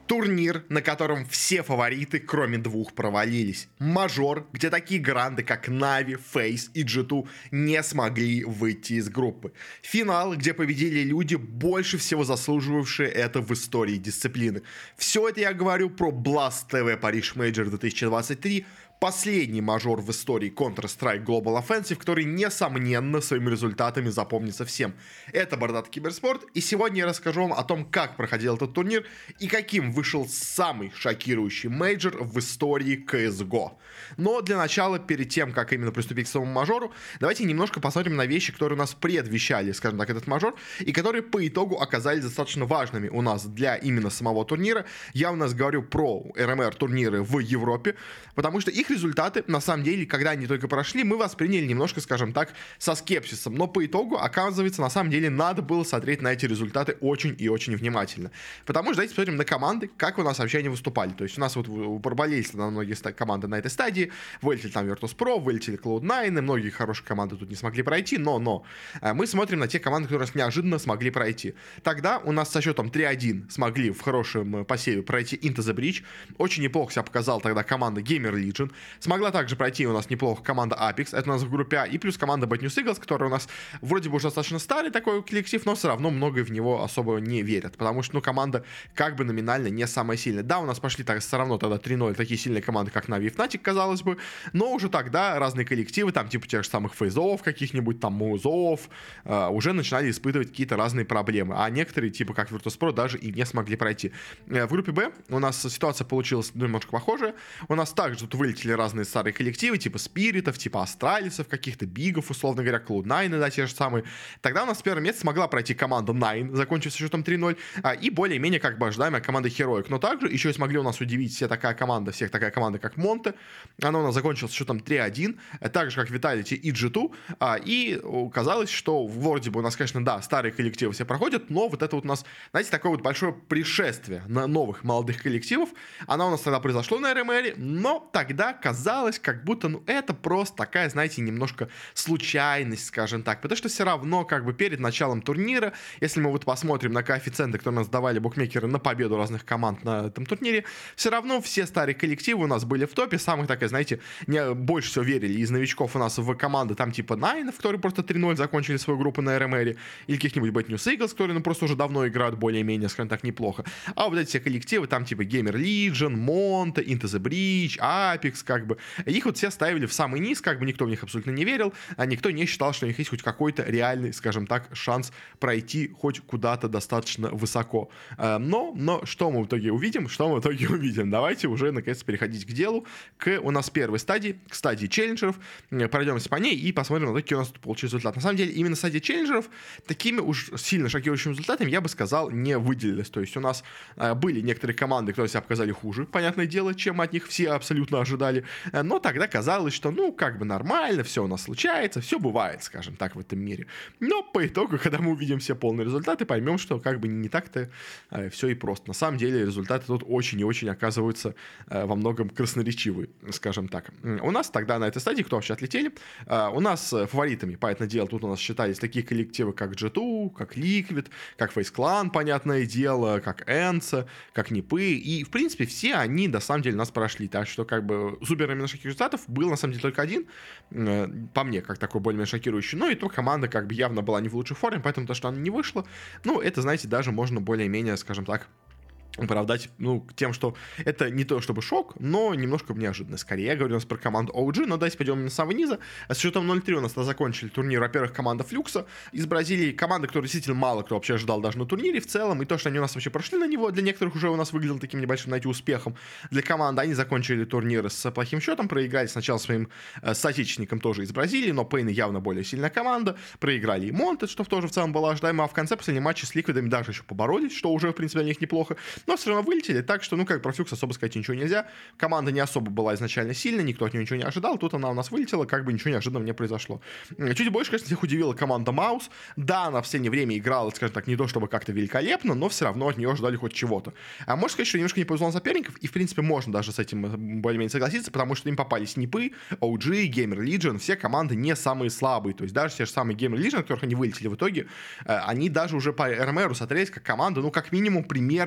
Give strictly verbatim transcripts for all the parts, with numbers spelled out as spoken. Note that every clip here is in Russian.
Турнир, на котором все фавориты, кроме двух, провалились. Мажор, где такие гранды, как Нави, Фейс и джи ту, не смогли выйти из группы. Финал, где победили люди, больше всего заслуживавшие это в истории дисциплины. Все это я говорю про Blast ти ви Париж Мейджор две тысячи двадцать три, последний мажор в истории Counter-Strike Global Offensive, который, несомненно, своими результатами запомнится всем. Это Бородатый Киберспорт, и сегодня я расскажу вам о том, как проходил этот турнир и каким вышел самый шокирующий мейджор в истории си эс го. Но для начала, перед тем, как именно приступить к самому мажору, давайте немножко посмотрим на вещи, которые у нас предвещали, скажем так, этот мажор, и которые по итогу оказались достаточно важными у нас для именно самого турнира. Я у нас говорю про эр эм эр турниры в Европе, потому что их результаты, на самом деле, когда они только прошли, мы восприняли немножко, скажем так, со скепсисом. Но по итогу, оказывается, на самом деле, надо было смотреть на эти результаты очень и очень внимательно. Потому что давайте посмотрим на команды, как у нас вообще они выступали. То есть у нас вот проболелись на многие команды на этой стадии, вылетели там Virtus.pro, вылетели клауд найн, и многие хорошие команды тут не смогли пройти, но, но мы смотрим на те команды, которые неожиданно смогли пройти. Тогда у нас со счетом три один смогли в хорошем посеве пройти Into the Breach. Очень неплохо себя показала тогда команда Gamer Legion. Смогла также пройти у нас неплохо команда Apex, это у нас в группе А, и плюс команда Bad News Eagles, которая у нас вроде бы уже достаточно старый такой коллектив, но все равно многое в него особо не верят, потому что, ну, команда как бы номинально не самая сильная. Да, у нас пошли так, все равно тогда три ноль такие сильные команды, как Na'Vi и Fnatic, казалось бы, но уже тогда разные коллективы, там типа тех же самых фейзов каких-нибудь, там музов, э, уже начинали испытывать какие-то разные проблемы, а некоторые, типа как Virtus.pro, даже и не смогли пройти. Э, в группе Б у нас ситуация получилась немножко похожая, у нас также тут вылетели разные старые коллективы, типа Спиритов, типа Астралисов, каких-то Бигов, условно говоря, клауд найн, да, те же самые. Тогда у нас в первом месте смогла пройти команда Nine, закончив с счетом три ноль, а, и более-менее как бы ожидаемая команда Heroic. Но также еще и смогли у нас удивить все такая команда, всех такая команда, как Монте. Она у нас закончилась с счетом три один, так же, как Vitality и джи ту. А, и казалось, что вроде бы у нас, конечно, да, старые коллективы все проходят, но вот это вот у нас, знаете, такое вот большое пришествие на новых молодых коллективов. Оно у нас тогда произошло на эр эм эр, но тогда казалось, как будто, ну, это просто такая, знаете, немножко случайность, скажем так, потому что все равно, как бы, перед началом турнира, если мы вот посмотрим на коэффициенты, которые нас давали букмекеры на победу разных команд на этом турнире, все равно все старые коллективы у нас были в топе, самых, такая, знаете, не, больше всего верили из новичков у нас в команды, там, типа, Nine, которые просто три ноль закончили свою группу на эр эм эр, или каких-нибудь Bad News Eagles, которые, ну, просто уже давно играют более-менее, скажем так, неплохо, а вот эти все коллективы, там, типа, Gamer Legion, Monte, Into the Breach, Apex, как бы, их вот все ставили в самый низ, как бы никто в них абсолютно не верил, а никто не считал, что у них есть хоть какой-то реальный, скажем так, шанс пройти хоть куда-то достаточно высоко. Но, но что мы в итоге увидим? Что мы в итоге увидим? Давайте уже, наконец, переходить к делу, к у нас первой стадии, к стадии челленджеров. Пройдемся по ней и посмотрим, какие у нас тут получился результат. На самом деле, именно стадия челленджеров такими уж сильно шокирующими результатами, я бы сказал, не выделились. То есть у нас были некоторые команды, которые себя показали хуже, понятное дело, чем от них все абсолютно ожидали. Но тогда казалось, что, ну, как бы нормально, все у нас случается, все бывает, скажем так, в этом мире. Но по итогу, когда мы увидим все полные результаты, поймем, что как бы не так-то э, все и просто. На самом деле результаты тут очень и очень оказываются э, во многом красноречивы, скажем так. У нас тогда на этой стадии, кто вообще отлетели, э, у нас фаворитами, понятное дело, тут у нас считались такие коллективы, как джи ту, как Liquid, как Face Clan, понятное дело, как Энса, как Нипы, и, в принципе, все они, на самом деле, нас прошли, так что, как бы, супер именно шокирующих результатов был, на самом деле, только один, э, по мне, как такой более-менее шокирующий, но и то команда, как бы, явно была не в лучшей форме, поэтому то, что она не вышла, ну, это, знаете, даже можно более-менее, скажем так, оправдать, ну, тем, что это не то чтобы шок, но немножко неожиданно. Скорее, я говорю у нас про команду о джи, но давайте пойдем на самого низа. С счетом ноль три у нас закончили турнир, во-первых, команда Флюкса из Бразилии, команда, которую действительно мало кто вообще ожидал даже на турнире в целом, и то, что они у нас вообще прошли на него, для некоторых уже у нас выглядело таким небольшим, знаете, успехом. Для команды они закончили турнир с плохим счетом, проиграли сначала своим э, соотечественникам тоже из Бразилии, но Пейны явно более сильная команда, проиграли и Монтед, что тоже в целом было ожидаемо, а в конце последнего матча с Ликвидами даже еще поборолись, что уже, в принципе, для них неплохо. Но все равно вылетели, так что, ну, как про Флюкс особо сказать ничего нельзя. Команда не особо была изначально сильной, никто от нее ничего не ожидал. Тут она у нас вылетела, как бы ничего неожиданного не произошло. Чуть больше, конечно, всех удивила команда Маус. Да, она в последнее время играла, скажем так, не то чтобы как-то великолепно, но все равно от нее ожидали хоть чего-то. А можно сказать, что немножко не повезло на соперников, и, в принципе, можно даже с этим более-менее согласиться, потому что им попались Нипы, о джи, Gamer Legion, все команды не самые слабые. То есть даже те же самые Gamer Legion, которых они вылетели в итоге, они даже уже по эр эм эр смотрелись как команда, ну, как минимум, примерно, скажем так,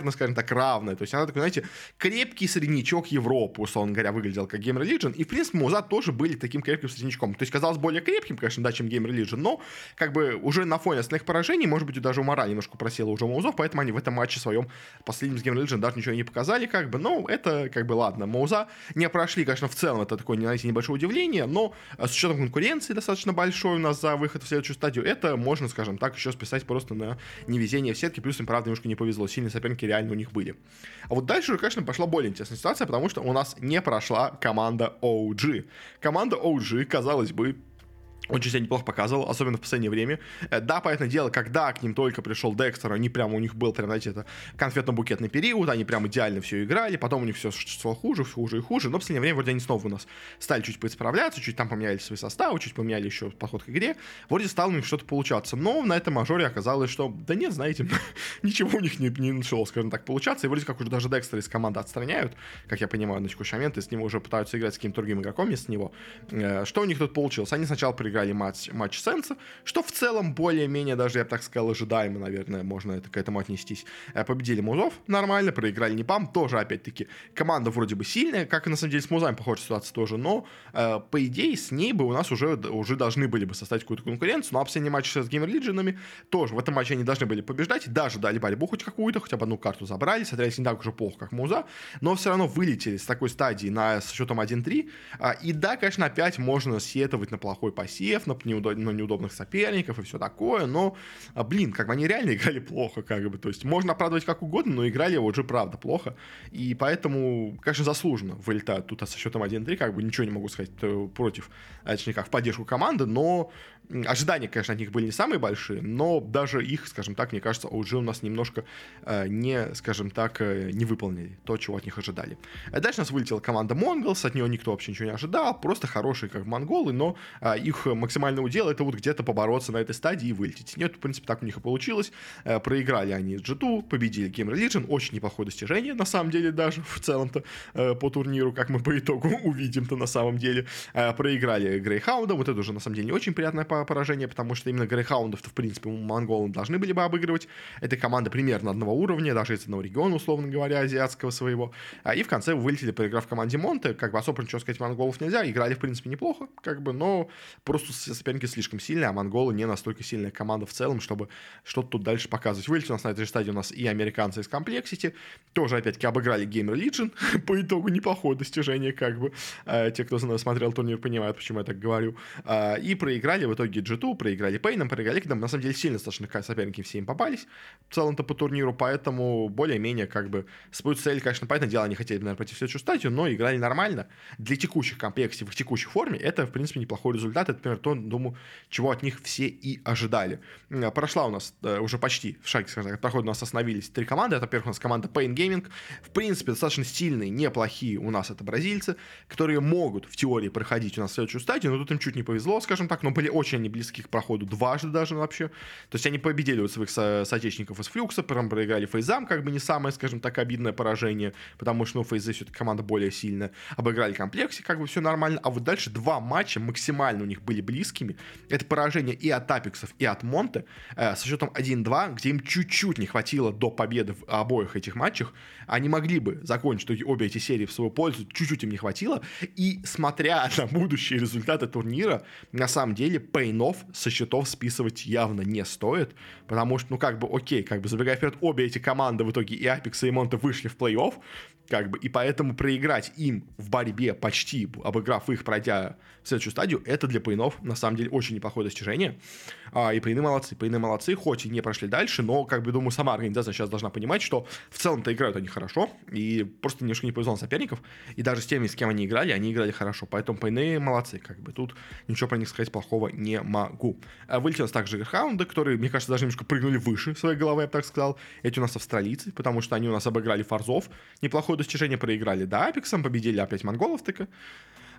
так равная. То есть она такой, знаете, крепкий среднячок Европы, условно говоря, выглядел как Game Religion. И, в принципе, Муза тоже были таким крепким среднячком. То есть казалось более крепким, конечно, да, чем Game Religion, но как бы уже на фоне остальных поражений, может быть, даже мораль немножко просела уже у Маузов, поэтому они в этом матче своем последнем с Game Religion даже ничего не показали, как бы, но это, как бы, ладно. Мауза не прошли, конечно, в целом, это такое, знаете, небольшое удивление, но с учетом конкуренции достаточно большой у нас за выход в следующую стадию, это можно, скажем так, еще списать просто на невезение в сетке, плюс им, правда, немножко не повезло, сильные соперники реально у них были. А вот дальше, конечно, пошла более интересная ситуация, потому что у нас не прошла команда о джи. Команда о джи, казалось бы, очень себя неплохо показывал, особенно в последнее время. Да, понятное дело, когда к ним только пришел Декстер, они прямо, у них был прям, знаете, это конфетно-букетный период, они прям идеально все играли, потом у них все шло хуже, все хуже и хуже, но в последнее время вроде они снова у нас стали чуть поисправляться, чуть там поменяли свои составы, чуть поменяли еще подход к игре, вроде стало у них что-то получаться, но на этом мажоре оказалось, что, да нет, знаете, ничего у них не, не начало, скажем так, получаться, и вроде как уже даже Декстера из команды отстраняют, как я понимаю, на текущий момент, и с него уже пытаются играть с каким-то другим игроком вместо него. Что у них тут получилось? Они сначала проиграли играли матч, матч Сенса, что в целом более-менее, даже я бы так сказал, ожидаемо, наверное, можно это, к этому отнестись. Победили Музов нормально, проиграли Непам, тоже, опять-таки, команда вроде бы сильная, как и на самом деле с Музами похожая ситуация тоже, но, э, по идее, с ней бы у нас уже, уже должны были бы составить какую-то конкуренцию, но а последний матч с Game Religion'ами тоже, в этом матче они должны были побеждать, даже дали борьбу хоть какую-то, хотя бы одну карту забрали, смотрелись не так уже плохо, как Муза, но все равно вылетели с такой стадии на, с счетом один-три, а, и да, конечно, опять можно сетовать на плохой посев, на, неудоб, на неудобных соперников и все такое, но, а, блин, как бы они реально играли плохо, как бы, то есть можно оправдывать как угодно, но играли вот же правда плохо, и поэтому, конечно, заслуженно вылетают тут со счетом один-три, как бы ничего не могу сказать против, точнее как, в поддержку команды, но ожидания, конечно, от них были не самые большие, но даже их, скажем так, мне кажется, о джи у нас немножко э, не, скажем так, э, не выполнили то, чего от них ожидали. А дальше у нас вылетела команда Mongols, от нее никто вообще ничего не ожидал, просто хорошие, как монголы, но э, их максимальный удел — это вот где-то побороться на этой стадии и вылететь. Нет, в принципе, так у них и получилось. Э, проиграли они джи ту, победили Game Religion, очень неплохое достижение, на самом деле, даже в целом-то э, по турниру, как мы по итогу увидим-то на самом деле. Э, проиграли Грейхаунда, вот это уже на самом деле не очень приятная поражение, потому что именно Грейхаундов-то, в принципе, монголы должны были бы обыгрывать. Это команда примерно одного уровня, даже из одного региона, условно говоря, азиатского своего. И в конце вылетели, проиграв команде Монте. Как бы особо ничего сказать монголов нельзя. Играли, в принципе, неплохо, как бы, но просто соперники слишком сильные, а монголы не настолько сильная команда в целом, чтобы что-то тут дальше показывать. Вылетели у нас на этой же стадии у нас и американцы из Complexity. Тоже, опять-таки, обыграли Game Religion. По итогу неплохое достижение, как бы. Те, кто смотрел турнир, понимают, почему я так говорю. И проиграли в итоге джи ту, проиграли Пейном, проиграли Ликвидом. На самом деле сильно достаточно соперники все им попались в целом-то по турниру, поэтому более-менее как бы свою цель, конечно, понятное дело, они хотели, наверное, пройти следующую стадию, но играли нормально. Для текущих комплексов, в их текущей форме, это, в принципе, неплохой результат. Это, например, то, думаю, чего от них все и ожидали. Прошла у нас уже почти в шаге, скажем так, прохода у нас остановились три команды. Это, во-первых, у нас команда Pain Gaming. В принципе, достаточно сильные, неплохие у нас это бразильцы, которые могут в теории проходить у нас следующую стадию, но тут им чуть не повезло, скажем так, но были очень они близки к проходу дважды даже вообще. То есть они победили вот своих со- соотечественников из Флюкса, прям проиграли Фейзам, как бы не самое, скажем так, обидное поражение, потому что, ну, Фейзы все-таки команда более сильная. Обыграли Комплексе, как бы все нормально. А вот дальше два матча максимально у них были близкими. Это поражение и от Апексов, и от Монте э, со счетом один-два, где им чуть-чуть не хватило до победы в обоих этих матчах. Они могли бы закончить обе эти серии в свою пользу, чуть-чуть им не хватило. И смотря на будущие результаты турнира, на самом деле пейнов со счетов списывать явно не стоит, потому что, ну, как бы, окей, как бы, забегая вперед, обе эти команды в итоге, и Апекс, и Монте, вышли в плей-офф, как бы, и поэтому проиграть им в борьбе, почти обыграв их, пройдя в следующую стадию, это для пейнов, на самом деле, очень неплохое достижение. А, и пейны молодцы, пейны молодцы, хоть и не прошли дальше, но, как бы, думаю, сама организация сейчас должна понимать, что в целом-то играют они хорошо, и просто немножко не повезло на соперников, и даже с теми, с кем они играли, они играли хорошо, поэтому пейны молодцы, как бы, тут ничего про них сказать плохого не могу. Вылетели у нас также Грейхаунды, которые, мне кажется, даже немножко прыгнули выше своей головы, я бы так сказал. Эти у нас австралийцы, потому что они у нас обыграли Фарзов, неплохое достижение, проиграли, да, Апексом, победили опять монголов, так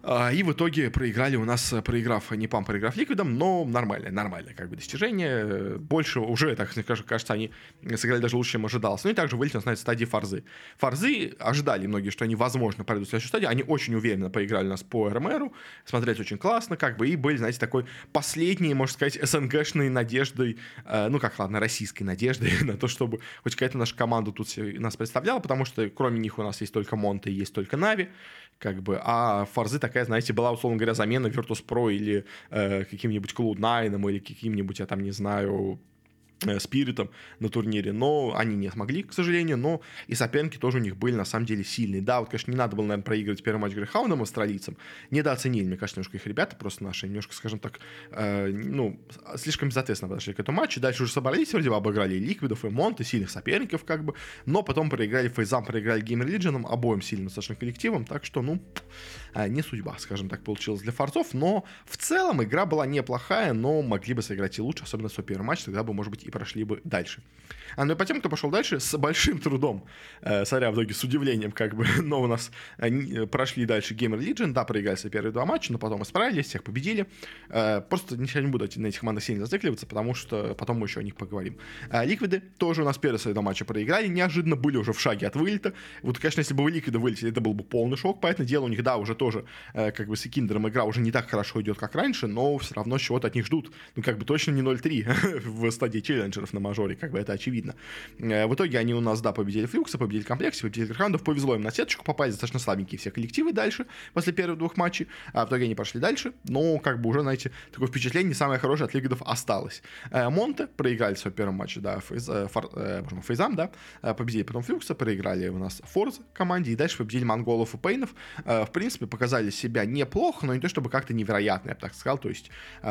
А, и в итоге проиграли у нас, проиграв Непам, проиграв Ликвидом, но нормально, нормально как бы достижение. Больше уже, так кажется, они сыграли даже лучше, чем ожидалось. Ну и также вылетел, знаете, стадии Форзы. Форзы ожидали многие, что они, возможно, пройдут в следующую стадию. Они очень уверенно поиграли у нас по РМРу, смотреть очень классно, как бы, и были, знаете, такой последней, можно сказать, СНГшной надеждой, э, ну как, ладно, российской надеждой на то, чтобы хоть какая-то наша команда тут нас представляла, потому что кроме них у нас есть только Монте и есть только Нави, как бы, а Форзы такая, знаете, была, условно говоря, замена Virtus.pro или э, каким-нибудь клоуд найн или каким-нибудь, я там не знаю, Спиритом на турнире, но они не смогли, к сожалению, но и соперники тоже у них были на самом деле сильные. Да, вот, конечно, не надо было, наверное, проигрывать первый матч Грейхаундом, австралийцам, недооценили, мне кажется, немножко их ребята, просто наши, немножко, скажем так, э, ну, слишком безответственно подошли к этому матчу, дальше уже собрались, вроде бы обыграли Ликвидов и Монты, сильных соперников, как бы, но потом проиграли Фейзам, проиграли Gamer Legion'ам, обоим сильным достаточно коллективам, так что, ну, не судьба, скажем так, получилась для Форзов, но в целом игра была неплохая, но могли бы сыграть и лучше, особенно свой первый матч, тогда бы, может быть, и прошли бы дальше. А, ну и по тем, кто пошел дальше, с большим трудом, э, соря, в итоге с удивлением, как бы, но у нас они прошли дальше Gamer Legion, да, проиграли свои первые два матча, но потом исправились, всех победили. Э, просто ничего не буду на этих командах сильно зацикливаться, потому что потом мы еще о них поговорим. Э, Ликвиды тоже у нас первые свои два матча проиграли, неожиданно были уже в шаге от вылета. Вот, конечно, если бы вы Ликвиды вылетели, это был бы полный шок, поэтому дело у них, да, уже тоже, э, как бы с Киндером игра уже не так хорошо идет, как раньше, но все равно чего-то от них ждут. Ну, как бы точно не ноль три в стадии челленджеров на мажоре, как бы это очевидно. В итоге они у нас, да, победили Флюкса, победили Комплексе, победили Грейхаундов, повезло им на сеточку, попали достаточно слабенькие все коллективы дальше, после первых двух матчей, а в итоге они пошли дальше, но, как бы уже, знаете, такое впечатление не самое хорошее от Ликвидов осталось. Монте проиграли свой первый матч, да, Фейз, фор, э, Фейзам, да, победили потом Флюкса, проиграли у нас Форз команде, и дальше победили Монголов и Пейнов. В принципе, показали себя неплохо, но не то чтобы как-то невероятно, я бы так сказал, то есть,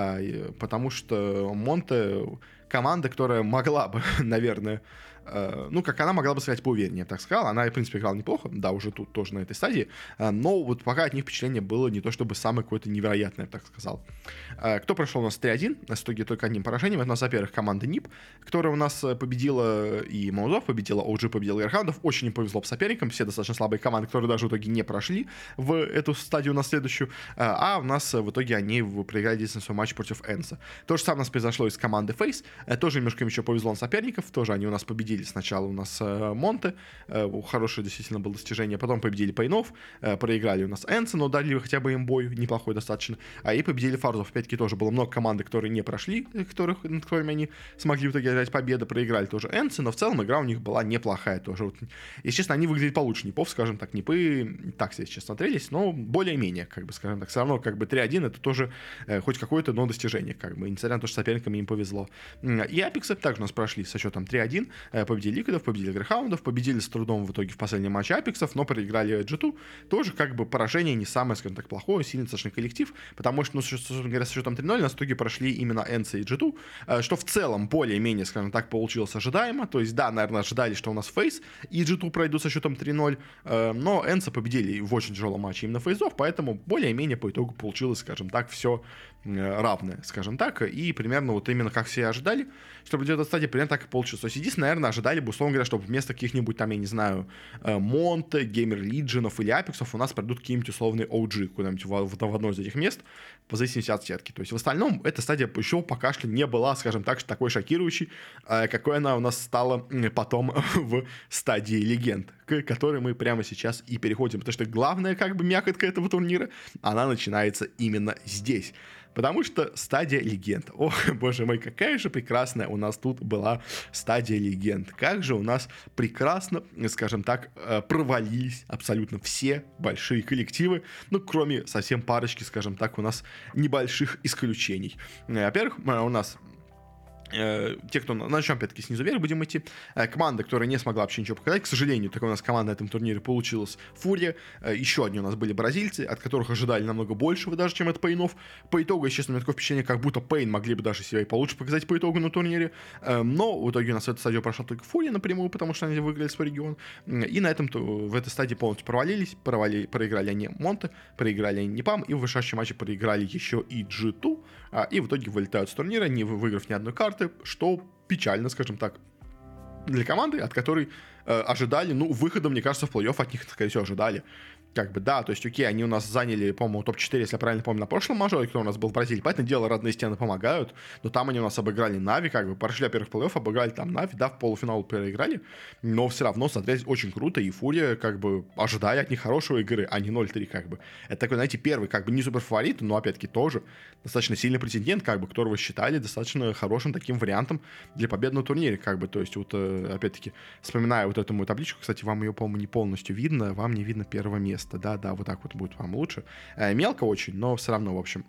потому что Монте команда, которая могла бы, наверное, э, ну, как она могла бы сыграть поувереннее, я бы так сказал. Она, в принципе, играла неплохо, да, уже тут тоже на этой стадии, э, но вот пока от них впечатление было не то чтобы самое какое-то невероятное, я бы так сказал. Э, кто прошел у нас три один, в итоге только одним поражением, это у нас, во-первых, команда нип, которая у нас победила и Маузов, победила о джи, победила Грейхаундов, очень им повезло по соперникам, все достаточно слабые команды, которые даже в итоге не прошли в эту стадию на следующую, э, а у нас в итоге они проиграли единственный свой матч против Энса. То же самое у нас произошло и с командой Фейс. Тоже немножко им еще повезло на соперников. Тоже они у нас победили сначала у нас э, Монте. Э, хорошее действительно было достижение. Потом победили Пейнов. Э, проиграли у нас Энса, но дали хотя бы им бой. Неплохой достаточно. А и победили Форзов. Опять-таки тоже было много команд, которые не прошли, которых, над которыми они смогли в итоге взять победу. Проиграли тоже Энса, но в целом игра у них была неплохая тоже. Вот, если честно, они выглядели получше Нипов, скажем так. Нипы так себе сейчас смотрелись, но более-менее, как бы, скажем так. Все равно, как бы, три один это тоже э, хоть какое-то, но достижение, как бы. Несмотря на то, что соперникам им повезло. И Апексы также у нас прошли со счетом три один, победили Ликвидов, победили Грейхаундов, победили с трудом в итоге в последнем матче Апексов, но проиграли джи ту. Тоже как бы поражение не самое, скажем так, плохое, сильный достаточно коллектив, потому что, ну, собственно говоря, со счетом три ноль у нас в итоге прошли именно Энса и джи ту, что в целом более-менее, скажем так, получилось ожидаемо. То есть, да, наверное, ожидали, что у нас Фейс и джи ту пройдут со счетом три ноль, но Энса победили в очень тяжелом матче именно Фейзов, поэтому более-менее по итогу получилось, скажем так, все равное, скажем так, и примерно вот именно как все ожидали, чтобы где-то стадии примерно так и получилось. То есть, единственное, наверное, ожидали бы, условно говоря, чтобы вместо каких-нибудь там, я не знаю, Монте, Геймер Лиджинов или Апексов у нас придут какие-нибудь условные о джи куда-нибудь в, в, в одно из этих мест, по зависимости от сетки. То есть, в остальном, эта стадия еще пока что не была, скажем так, такой шокирующей, какой она у нас стала потом в стадии легенд, к которой мы прямо сейчас и переходим, потому что главная, как бы, мякотка этого турнира, она начинается именно здесь. Потому что стадия легенд. О, боже мой, какая же прекрасная у нас тут была стадия легенд. Как же у нас прекрасно, скажем так, провалились абсолютно все большие коллективы. Ну, кроме совсем парочки, скажем так, у нас небольших исключений. Во-первых, у нас... те, кто... Начнем, опять-таки, снизу вверх будем идти. Команда, которая не смогла вообще ничего показать. К сожалению, такая у нас команда на этом турнире получилась. Фурия. Еще одни у нас были бразильцы, от которых ожидали намного большего даже, чем от Пейнов. По итогу, если честно, у меня такое впечатление, как будто Пейн могли бы даже себя и получше показать по итогу на турнире. Но в итоге у нас в этой стадии прошла только Фурия напрямую, потому что они выиграли свой регион. И на этом в этой стадии полностью провалились. Провали... Проиграли они Монте, проиграли они Непам, и в вышедшем матче проиграли еще и джи ту. И в итоге вылетают с турнира, не выиграв ни одной карты, что печально, скажем так. для команды, от которой э, ожидали, ну, выхода, мне кажется, в плей-офф от них, скорее всего, ожидали. Как бы, да, то есть, окей, они у нас заняли, по-моему, топ четыре, если я правильно помню, на прошлом мажоре, кто у нас был в Бразилии. Поэтому дело, родные стены помогают, но там они у нас обыграли Нави, как бы, прошли, во-первых, в плей-офф, обыграли там Нави, да, в полуфинал проиграли, но все равно смотрелись очень круто, и Фурия, как бы, ожидая от них хорошей игры, а не ноль три, как бы. Это такой, знаете, первый, как бы, не суперфаворит, но, опять-таки, тоже достаточно сильный претендент, как бы, которого считали достаточно хорошим таким вариантом для победы на турнире, как бы, то есть, вот, опять-таки, вспоминая вот эту мою табличку, кстати, вам ее, по-моему, не полностью видно, вам не видно первое место, да-да, вот так вот будет вам лучше. Э, мелко очень, но все равно, в общем,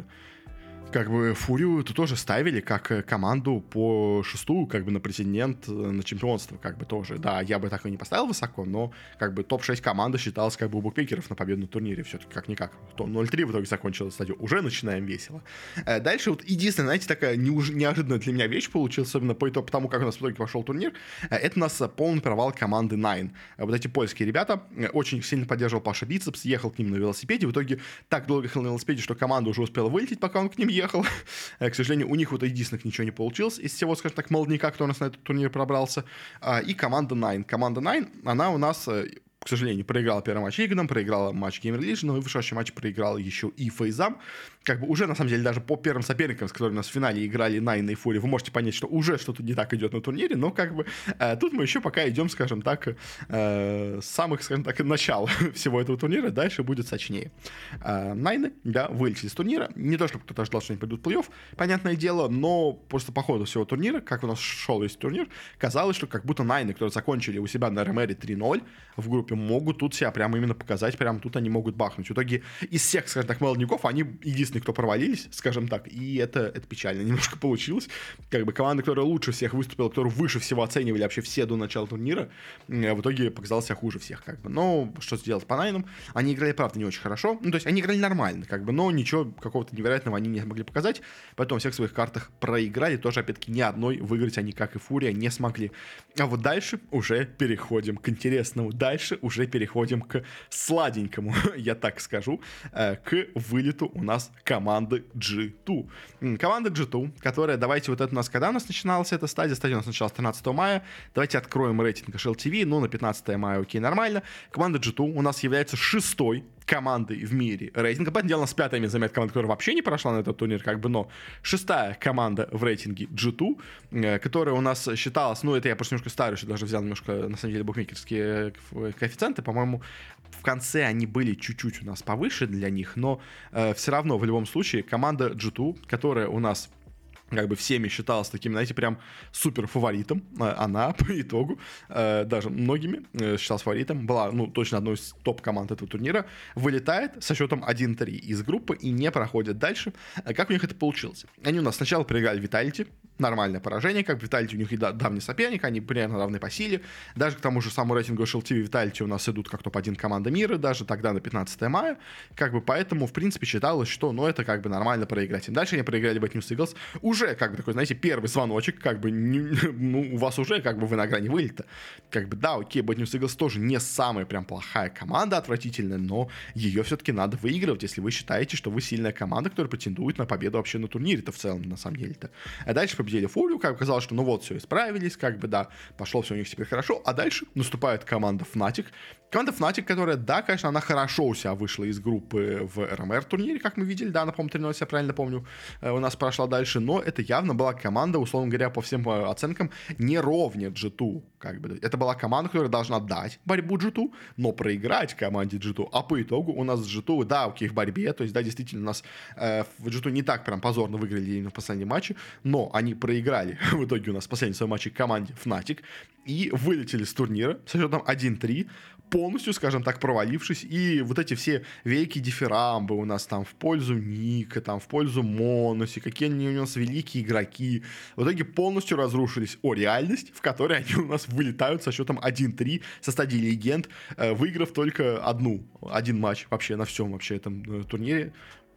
как бы Фурию -то тоже ставили как команду по шестую, как бы на претендент на чемпионство, как бы тоже. Да, я бы так и не поставил высоко, но как бы топ шесть команда считалась как бы у букмекеров на победу на турнире. Все-таки как-никак. ноль три в итоге закончилась стадия. Уже начинаем весело. Э, дальше вот единственная, знаете, такая неуж... неожиданная для меня вещь получилась, особенно по, по тому, как у нас в итоге пошел турнир. Э, это у нас полный провал команды Nine. Э, вот эти польские ребята, э, очень сильно поддерживал Паша Бицепс, ехал к ним на велосипеде. В итоге так долго ехал на велосипеде, что команда уже успела вылететь, пока он к ним ехал. К сожалению, у них вот единственных ничего не получилось из всего, скажем так, молодняка, кто у нас на этот турнир пробрался. И команда Nine. Команда Nine, она у нас, к сожалению, проиграла первый матч Игнам, проиграла матч Gamer Legion, но и в вышедший матч проиграла еще и Фейзам. Как бы уже, на самом деле, даже по первым соперникам, с которыми у нас в финале играли Nine и Fury, вы можете понять, что уже что-то не так идет на турнире, но как бы э, тут мы еще пока идем, скажем так, э, с самых, скажем так, начала всего этого турнира, дальше будет сочнее. Э, Nine, да, вылетели с турнира, не то, чтобы кто-то ожидал, что они пойдут в плей-офф, понятное дело, но просто по ходу всего турнира, как у нас шел весь турнир, казалось, что как будто Nine, которые закончили у себя на РМРе три ноль в группе, могут тут себя прямо именно показать, прямо тут они могут бахнуть. В итоге из всех, скажем так, молодняков, они единственные, кто провалились, скажем так, и это, это печально немножко получилось. Как бы команда, которая лучше всех выступила, которую выше всего оценивали вообще все до начала турнира, в итоге показала себя хуже всех, как бы. Но что сделать по Найнам? Они играли, правда, не очень хорошо, ну, то есть они играли нормально, как бы, но ничего какого-то невероятного они не смогли показать, поэтому всех своих картах проиграли, тоже, опять-таки, ни одной выиграть они, как и Фурия, не смогли. А вот дальше уже переходим к интересному, дальше уже переходим к сладенькому, я так скажу, к вылету у нас команды джи ту. Команда джи ту, которая, давайте вот это у нас, когда у нас начиналась эта стадия, стадия у нас началась тринадцатого мая, давайте откроем рейтинг эйч эл ти ви, ну, на пятнадцатое мая, окей, нормально. Команда джи ту у нас является шестой командой в мире рейтинга. Понятное дело, у нас пятое место занимает команда, которая вообще не прошла на этот турнир, как бы, но шестая команда в рейтинге джи ту, которая у нас считалась, ну, это я просто немножко старый, что даже взял немножко, на самом деле, букмекерские коэффициенты, по-моему, в конце они были чуть-чуть у нас повыше для них, но э, все равно, в любом случае, команда джи ту, которая у нас как бы всеми считалась таким, знаете, прям супер фаворитом, она по итогу, э, даже многими э, считалась фаворитом, была, ну, точно одной из топ-команд этого турнира, вылетает со счетом один три из группы и не проходит дальше. Как у них это получилось? Они у нас сначала проиграли Vitality, нормальное поражение, как бы Vitality у них и давний соперник, они примерно равны по силе, даже к тому же самому рейтингу эйч эл ти ви Vitality у нас идут как топ один команда мира, даже тогда на пятнадцатое мая, как бы поэтому, в принципе, считалось, что, ну, это как бы нормально проиграть им. Дальше они проиграли Bad News Eagles, уже как бы такой, знаете, первый звоночек, как бы, не, ну, у вас уже как бы вы на грани вылета. Как бы, да, окей, Bad News Eagles тоже не самая прям плохая команда, отвратительная, но ее все-таки надо выигрывать, если вы считаете, что вы сильная команда, которая претендует на победу вообще на турнире-то в целом, на самом деле-то. А дальше победили Фурию, как казалось, что ну вот, все, исправились, как бы, да, пошло все у них теперь хорошо, а дальше наступает команда Fnatic. Команда Fnatic, которая, да, конечно, она хорошо у себя вышла из группы в эр эм эр турнире, как мы видели, да, она, по-моему, три ноль, я правильно помню, у нас прошла дальше, но это явно была команда, условно говоря, по всем оценкам, не ровня джи ту, как бы. Это была команда, которая должна дать борьбу джи ту, но проиграть команде джи ту, а по итогу у нас джи ту, да, окей, в борьбе, то есть, да, действительно, у нас э, в джи ту не так прям позорно выиграли в последнем матче, но они проиграли в итоге у нас в последнем своем матче команде Fnatic и вылетели с турнира со счетом один три, полностью, скажем так, провалившись, и вот эти все великие дифирамбы у нас там в пользу Ника, там в пользу Моноси, какие они у нас великие игроки, в итоге полностью разрушились о реальность, в которой они у нас вылетают со счетом один три со стадии легенд, выиграв только одну, один матч вообще на всем вообще этом турнире.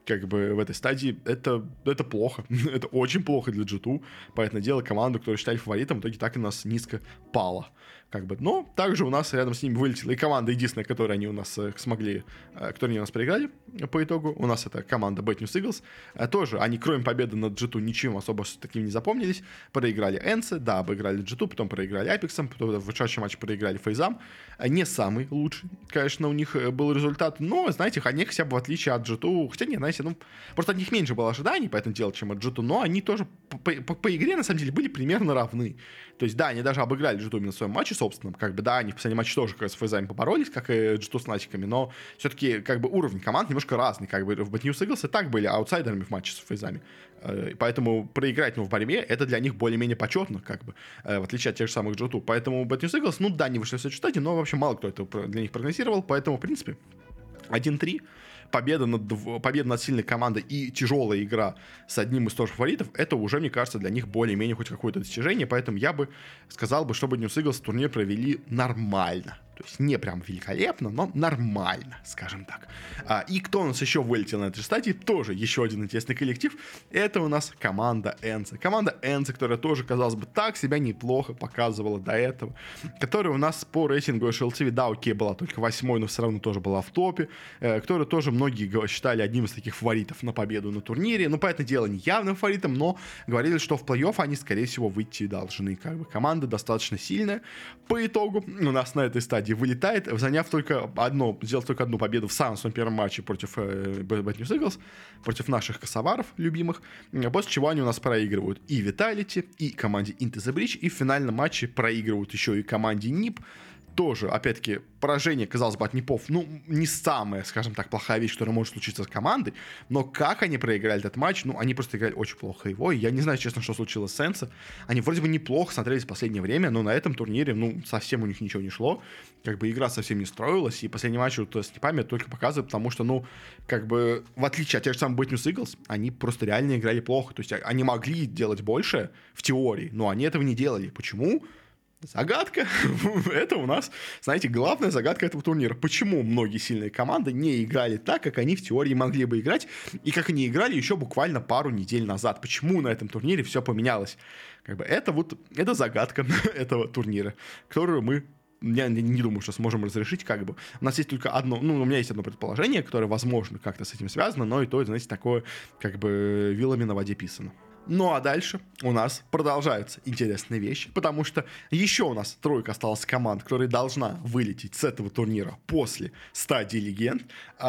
как бы в этой стадии, это, это плохо. Это очень плохо для джи ту. Поэтому дело, команду, которую считали фаворитом, в итоге так и у нас низко пала. Как бы. Но также у нас рядом с ними вылетела и команда единственная, которую они у нас э, смогли, э, которую они у нас проиграли по итогу. У нас это команда Bad News Eagles. Э, тоже они, кроме победы над джи ту, ничем особо таким не запомнились. Проиграли Энце, да, обыграли джи ту, потом проиграли Апексом, потом в вышедшем матче проиграли Фейзам. Э, не самый лучший, конечно, у них был результат, но, знаете, они хотя бы в отличие от джи ту, хотя не, знаете, ну, просто от них меньше было ожиданий по этому делу, чем от джи ту, но они тоже по, по, по игре, на самом деле, были примерно равны. То есть, да, они даже обыграли джи ту именно в своем матче собственном, как бы, да, они в последнем матче тоже как раз с Фейзами поборолись, как и джи ту с Натиками, но все-таки, как бы, уровень команд немножко разный, как бы, в Bad News Eagles и так были аутсайдерами в матче с Фейзами, поэтому проиграть, ну, в борьбе, это для них более-менее почетно, как бы, в отличие от тех же самых джи ту, поэтому Bad News Eagles, ну, да, не вышли в следующей стадии, но, вообще, мало кто это для них прогнозировал, поэтому, в принципе, один-три, победа над, победа над сильной командой и тяжелая игра с одним из тоже фаворитов, это уже, мне кажется, для них более-менее хоть какое-то достижение, поэтому я бы сказал бы, чтобы Bad News Eagles турнир провели нормально. То есть не прям великолепно, но нормально, скажем так. А, и кто у нас еще вылетел на этой стадии, тоже еще один интересный коллектив, это у нас команда Энце. Команда Энце, которая тоже, казалось бы, так себя неплохо показывала до этого, которая у нас по рейтингу эйч эл ти ви, да, окей, была только восьмой, но все равно тоже была в топе, э, которую тоже многие считали одним из таких фаворитов на победу на турнире, ну, понятное дело, не явным фаворитом, но говорили, что в плей-офф они, скорее всего, выйти должны. Как бы команда достаточно сильная. По итогу у нас на этой стадии вылетает, заняв только одно, сделав только одну победу в самом своем первом матче против э, Bad News Eagles, против наших косоваров любимых, после чего они у нас проигрывают и Vitality, и команде Into the Breach, и в финальном матче проигрывают еще и команде нип. Тоже, опять-таки, поражение, казалось бы, от НИПов, ну, не самая, скажем так, плохая вещь, которая может случиться с командой, но как они проиграли этот матч, ну, они просто играли очень плохо его, и я не знаю, честно, что случилось с Энце. Они вроде бы неплохо смотрелись в последнее время, но на этом турнире, ну, совсем у них ничего не шло, как бы игра совсем не строилась, и последний матч вот с НИПами только показывает, потому что, ну, как бы, в отличие от тех же самых Bad News Eagles, они просто реально играли плохо, то есть они могли делать больше в теории, но они этого не делали. Почему? Загадка. Это у нас, знаете, главная загадка этого турнира. Почему многие сильные команды не играли так, как они в теории могли бы играть, и как они играли еще буквально пару недель назад? Почему на этом турнире все поменялось? Как бы это вот, это загадка этого турнира, которую мы, я не, не думаю, что сможем разрешить, как бы. У нас есть только одно, ну, у меня есть одно предположение, которое, возможно, как-то с этим связано, но и то, знаете, такое, как бы, вилами на воде писано. Ну а дальше у нас продолжаются интересные вещи, потому что еще у нас тройка осталась команд, которая должна вылететь с этого турнира после стадии легенд,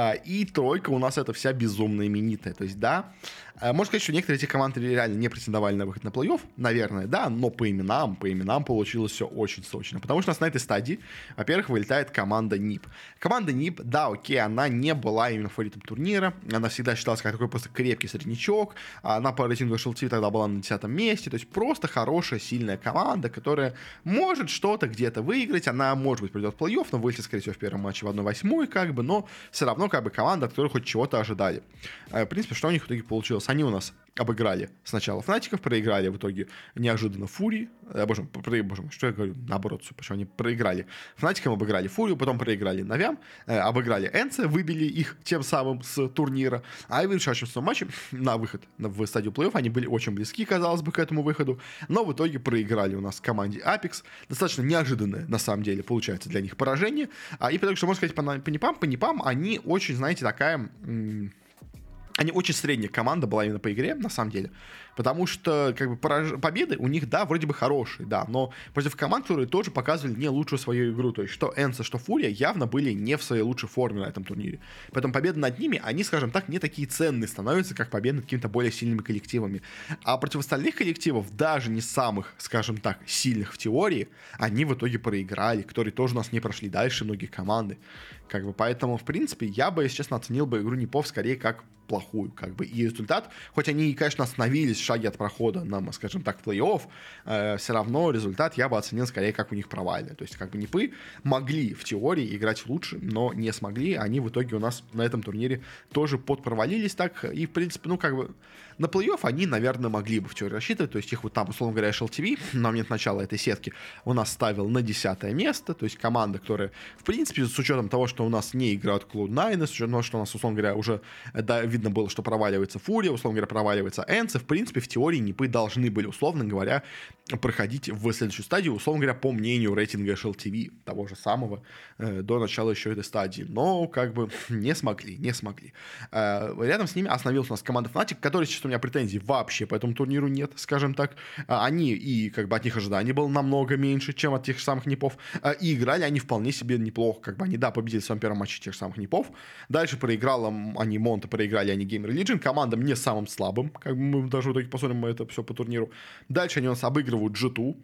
и тройка у нас это вся безумно именитая. То есть, да, можно сказать, что некоторые эти команды реально не претендовали на выход на плей-офф, наверное, да, но по именам, по именам получилось все очень сочно, потому что у нас на этой стадии, во-первых, вылетает команда нип. Команда нип, да, окей, она не была именно фаворитом турнира, она всегда считалась как такой просто крепкий среднячок, она по рейтингу эйч эл ти тогда была на десятом месте, то есть просто хорошая, сильная команда, которая может что-то где-то выиграть, она, может быть, придет в плей-офф, но вылетит, скорее всего, в первом матче в одна восьмой, как бы, но все равно, как бы, команда, от которой хоть чего-то ожидали. В принципе, что у них в итоге получилось? Они у нас обыграли сначала Фнатиков, проиграли в итоге неожиданно Фурии, э, боже, про, боже мой, что я говорю, наоборот, все, почему они проиграли Фнатикам, обыграли Фурию, потом проиграли Навям, э, обыграли Энце, выбили их тем самым с турнира, а и в решающем своем матче на выход в стадию плей-офф они были очень близки, казалось бы, к этому выходу, но в итоге проиграли у нас команде Apex, достаточно неожиданное, на самом деле, получается для них поражение, а, и потому что, можно сказать, по, по НИПам, по НИПам они очень, знаете, такая... М- Они очень средняя команда была именно по игре, на самом деле. Потому что, как бы, пораж... победы у них, да, вроде бы хорошие, да, но против команд, которые тоже показывали не лучшую свою игру. То есть, что Энце, что Фурия явно были не в своей лучшей форме на этом турнире. Поэтому победы над ними, они, скажем так, не такие ценные становятся, как победы над какими-то более сильными коллективами. А против остальных коллективов, даже не самых, скажем так, сильных в теории, они в итоге проиграли, которые тоже у нас не прошли дальше, многие команды. Как бы, поэтому, в принципе, я бы, если честно, оценил бы игру НИПов скорее как плохую, как бы, и результат, хоть они, конечно, остановились в шаге от прохода на, скажем так, в плей-офф, э, все равно результат я бы оценил скорее как у них провальный, то есть, как бы, НИПы могли в теории играть лучше, но не смогли, они в итоге у нас на этом турнире тоже подпровалились так, и, в принципе, ну, как бы, На плей-офф они, наверное, могли бы в теории рассчитывать, то есть их вот там, условно говоря, эш эл ти ви на момент начала этой сетки у нас ставил на десятое место, то есть команда, которая, в принципе, с учетом того, что у нас не играют клоуд найн, с учетом того, что у нас, условно говоря, уже да, видно было, что проваливается Фурия, условно говоря, проваливается Энце, в принципе, в теории НИПы должны были, условно говоря, проходить в следующую стадию, условно говоря, по мнению рейтинга эш эл ти ви, того же самого, э, до начала еще этой стадии, но как бы не смогли, не смогли. Э, рядом с ними остановилась у нас команда Fnatic, которая сейчас у меня претензий вообще по этому турниру нет, скажем так. Они, и как бы от них ожиданий было намного меньше, чем от тех же самых НИПов, и играли они вполне себе неплохо, как бы они, да, победили в своем первом матче тех же самых НИПов, дальше проиграла они Монте, проиграли они Gamer Legion, командам не самым слабым, как бы мы даже в итоге посмотрим мы это все по турниру. Дальше они у нас обыгрывают джи ту,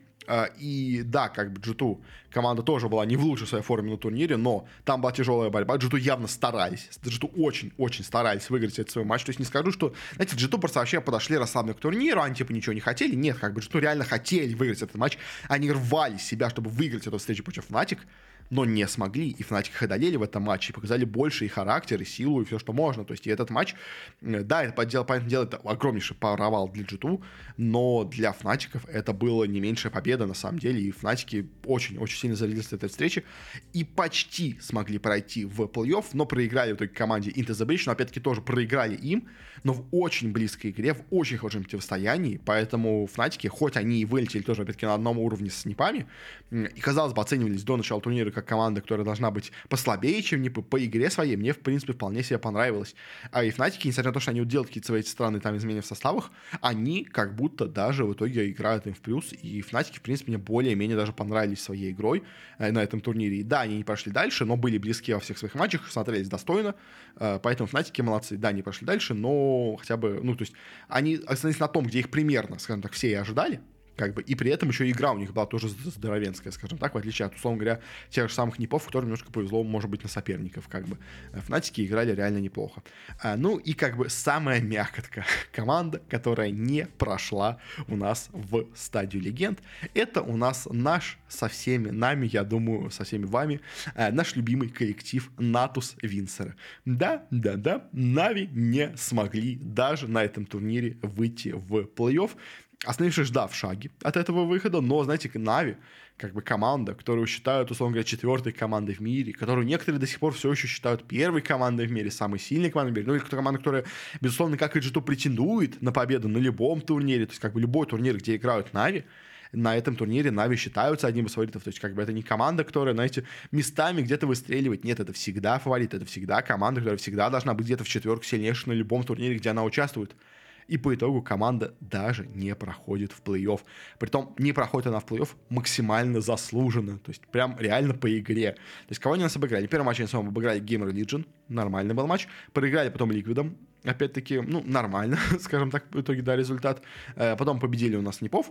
и да, как бы джи ту команда тоже была не в лучшей своей форме на турнире, но там была тяжелая борьба. джи ту явно старались. джи ту очень-очень старались выиграть этот свой матч. То есть не скажу, что, знаете, джи ту просто вообще подошли расслабленно к турниру, они типа ничего не хотели. Нет, как бы джи ту реально хотели выиграть этот матч. Они рвали себя, чтобы выиграть эту встречу против Fnatic, но не смогли, и Fnatic их одолели в этом матче, и показали больше и характер, и силу, и все, что можно. То есть и этот матч, да, это, понятное дело, это огромнейший провал для джи ту, но для Fnatic'ов это было не меньшая победа, на самом деле, и Fnatic'и очень-очень сильно зарядились от этой встречи, и почти смогли пройти в плей-офф, но проиграли в итоге команде Into the Breach, но опять-таки тоже проиграли им, но в очень близкой игре, в очень хорошем противостоянии, поэтому Fnatic'и, хоть они и вылетели тоже, опять-таки, на одном уровне с НИПами, и, казалось бы, оценивались до начала турнира как команда, которая должна быть послабее, чем НИПы, по игре своей, мне, в принципе, вполне себе понравилось. А и Fnatic'и, несмотря на то, что они вот делают какие-то свои странные там изменения в составах, они как будто даже в итоге играют им в плюс, и Fnatic'и, в принципе, мне более-менее даже понравились своей игрой э, на этом турнире. И да, они не прошли дальше, но были близки во всех своих матчах, смотрелись достойно, э, поэтому Fnatic'и молодцы. Да, не прошли дальше, но хотя бы, ну, то есть, они остановились на том, где их примерно, скажем так, все и ожидали, как бы, и при этом еще игра у них была тоже здоровенская, скажем так, в отличие от, условно говоря, тех же самых НИПов, которым немножко повезло, может быть, на соперников, как бы. Фнатики играли реально неплохо. А, ну и как бы самая мякотка команда, которая не прошла у нас в стадию легенд, это у нас наш со всеми нами, я думаю, со всеми вами, а, наш любимый коллектив Натус Винсера. Да, да, да, Нави не смогли даже на этом турнире выйти в плей-офф, остановившись, да, в шаге от этого выхода, но, знаете, Нави, как бы команда, которую считают, условно говоря, четвертой командой в мире, которую некоторые до сих пор все еще считают первой командой в мире, самой сильной командой в мире, ну или команда, которая, безусловно, как и джи ту, претендует на победу на любом турнире, то есть как бы любой турнир, где играют Нави, на этом турнире Нави считаются одним из фаворитов. То есть, как бы это не команда, которая, знаете, местами где-то выстреливает. Нет, это всегда фаворит, это всегда команда, которая всегда должна быть где-то в четверку сильнейшей на любом турнире, где она участвует. И по итогу команда даже не проходит в плей-офф. Притом не проходит она в плей-офф максимально заслуженно. То есть прям реально по игре. То есть кого они нас обыграли? Первый матч они с вами обыграли Gamer Legion. Нормальный был матч. Проиграли потом Ликвидом. Опять-таки, ну, нормально, скажем так, в итоге, да, результат. Потом победили у нас НИПов.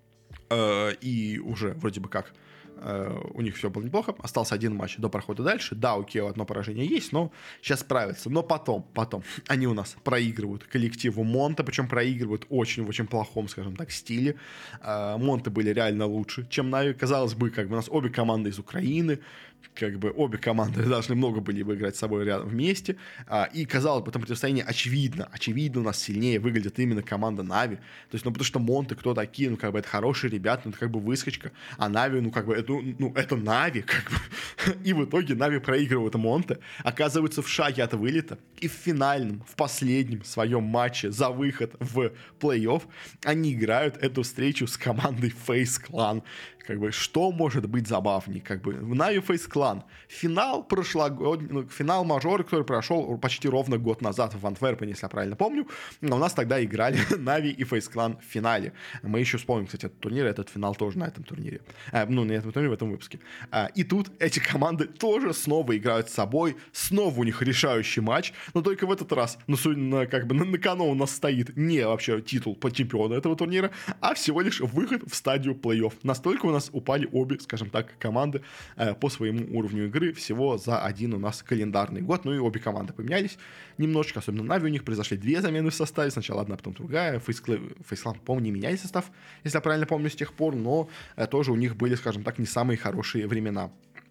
И уже вроде бы как Uh, у них все было неплохо, остался один матч до прохода дальше. Да, у Киева одно поражение есть, но сейчас справятся. Но потом, потом они у нас проигрывают коллективу Монте, причем проигрывают очень в очень плохом, скажем так, стиле. Uh, Монте были реально лучше, чем Нави. Казалось бы, как бы у нас обе команды из Украины, как бы обе команды должны много были бы играть с собой рядом вместе. Uh, и казалось бы, в этом противостоянии очевидно, очевидно у нас сильнее выглядит именно команда Нави. То есть, ну, потому что Монте кто такие, ну, как бы это хорошие ребята, ну, это как бы выскочка, а Нави, ну, как бы это, ну, это Нави, как бы. И в итоге Нави проигрывают Монте, оказываются в шаге от вылета, и в финальном, в последнем своем матче за выход в плей-офф они играют эту встречу с командой FaZe Clan. Как бы, что может быть забавней? Как бы, в Нави FaZe Clan. Финал прошлогодний, ну, финал мажора, который прошел почти ровно год назад в Антверпене, если я правильно помню. Но у нас тогда играли Нави и FaZe Clan в финале. Мы еще вспомним, кстати, этот турнир, этот финал тоже на этом турнире. А, ну, на этом турнире, в этом выпуске. А, и тут эти команды тоже снова играют с собой, снова у них решающий матч, но только в этот раз, ну, на, как бы, на, на кону у нас стоит не вообще титул по чемпиону этого турнира, а всего лишь выход в стадию плей-офф. Настолько у нас упали обе, скажем так, команды э, по своему уровню игры всего за один у нас календарный год. Ну и обе команды поменялись немножечко, особенно Нави, у них произошли две замены в составе, сначала одна, потом другая. FaZe Clan, по-моему, не меняли состав, если я правильно помню, с тех пор, но э, тоже у них были, скажем так, не самые хорошие времена.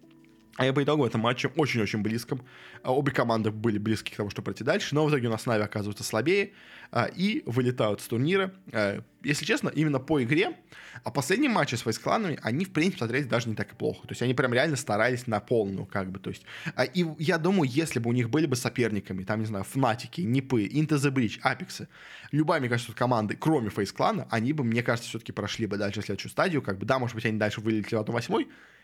А по итогу этом матче очень-очень близком. Обе команды были близки к тому, чтобы пройти дальше, но в итоге у нас Нави оказываются слабее а, и вылетают с турнира. А, если честно, именно по игре, а последние матчи с фейс-кланами, они, в принципе, смотрелись даже не так и плохо. То есть они прям реально старались на полную, как бы, то есть. А, и я думаю, если бы у них были бы соперниками, там, не знаю, Фнатики, Нипы, Into the Breach, Апексы, любая, мне кажется, команды, кроме фейс-клана, они бы, мне кажется, все-таки прошли бы дальше в следующую стадию, как бы, да, может быть, они дальше вылетели в одну восьмой.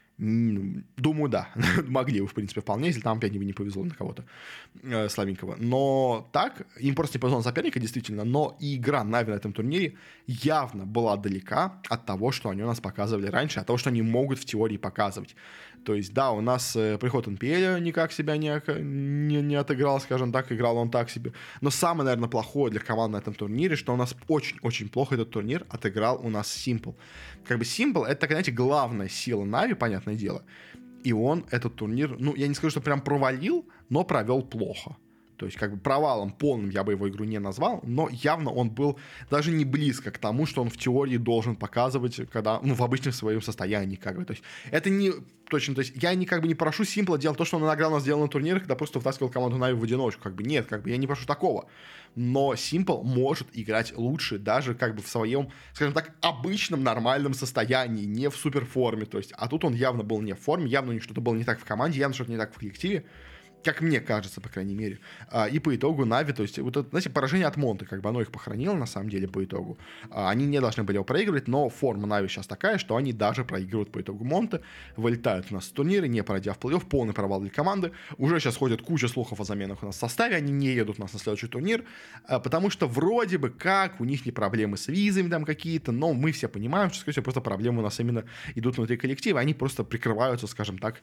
Думаю, да. Могли бы, в принципе, вполне, если там опять не повезло на кого-то э, слабенького. Но так, им просто не повезло на соперника, действительно. Но и игра Нави на этом турнире явно была далека от того, что они у нас показывали раньше, от того, что они могут в теории показывать. То есть, да, у нас э, приход эн пи эл никак себя не, не, не отыграл, скажем так, играл он так себе. Но самое, наверное, плохое для команд на этом турнире, что у нас очень-очень плохо этот турнир отыграл у нас Simple. Как бы Simple — это, знаете, главная сила Нави, понятное дело. И он этот турнир, ну, я не скажу, что прям провалил, но провел плохо. То есть, как бы провалом полным я бы его игру не назвал, но явно он был даже не близко к тому, что он в теории должен показывать, когда, ну, в обычном своем состоянии, как бы. То есть, это не точно, то есть, я не, как бы, не прошу Симпла делать то, что он иногда у нас делал на турнирах, когда просто втаскивал команду Нави в одиночку, как бы, нет, как бы, я не прошу такого. Но Simple может играть лучше даже, как бы, в своем, скажем так, обычном нормальном состоянии, не в суперформе, то есть, а тут он явно был не в форме, явно у них что-то было не так в команде, явно что-то не так в коллективе. Как мне кажется, по крайней мере. А, и по итогу Нави, то есть, вот это, знаете, поражение от Монты, как бы оно их похоронило, на самом деле, по итогу. А, они не должны были его проигрывать, но форма Нави сейчас такая, что они даже проигрывают по итогу Монты, вылетают у нас с турнира, не пройдя в плей-офф, полный провал для команды. Уже сейчас ходит куча слухов о заменах у нас в составе, они не едут у нас на следующий турнир, а, потому что вроде бы как у них не проблемы с визами там какие-то, но мы все понимаем, что, скорее всего, просто проблемы у нас именно идут внутри коллектива, они просто прикрываются, скажем так,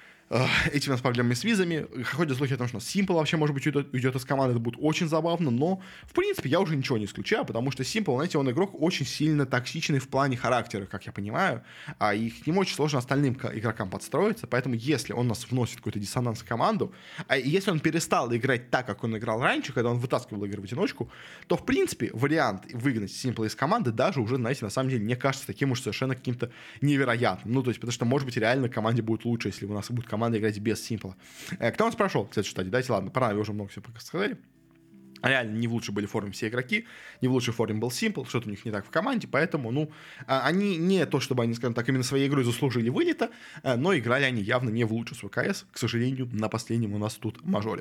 этими у нас проблемами с визами. Ходят слухи о том, что Simple вообще, может быть, уйдет, уйдет из команды. Это будет очень забавно, но, в принципе, я уже ничего не исключаю, потому что Simple, знаете, он игрок очень сильно токсичный в плане характера, как я понимаю, а и к нему очень сложно остальным игрокам подстроиться, поэтому если он нас вносит какой-то диссонанс в команду, а если он перестал играть так, как он играл раньше, когда он вытаскивал игры в одиночку, то, в принципе, вариант выгнать Simple из команды даже уже, знаете, на самом деле, не кажется таким уж совершенно каким-то невероятным. Ну, то есть, потому что, может быть, реально команде будет лучше, если у нас будет команда играть без Simple. Кто у нас прошел к следующей стадии? Давайте, ладно, про Нави уже много всего сказали. Реально не в лучшей были форме все игроки, не в лучшей форме был Simple, что-то у них не так в команде, поэтому, ну, они не то, чтобы они, скажем так, именно своей игрой заслужили вылета, но играли они явно не в лучший свой КС, к сожалению, на последнем у нас тут мажоре.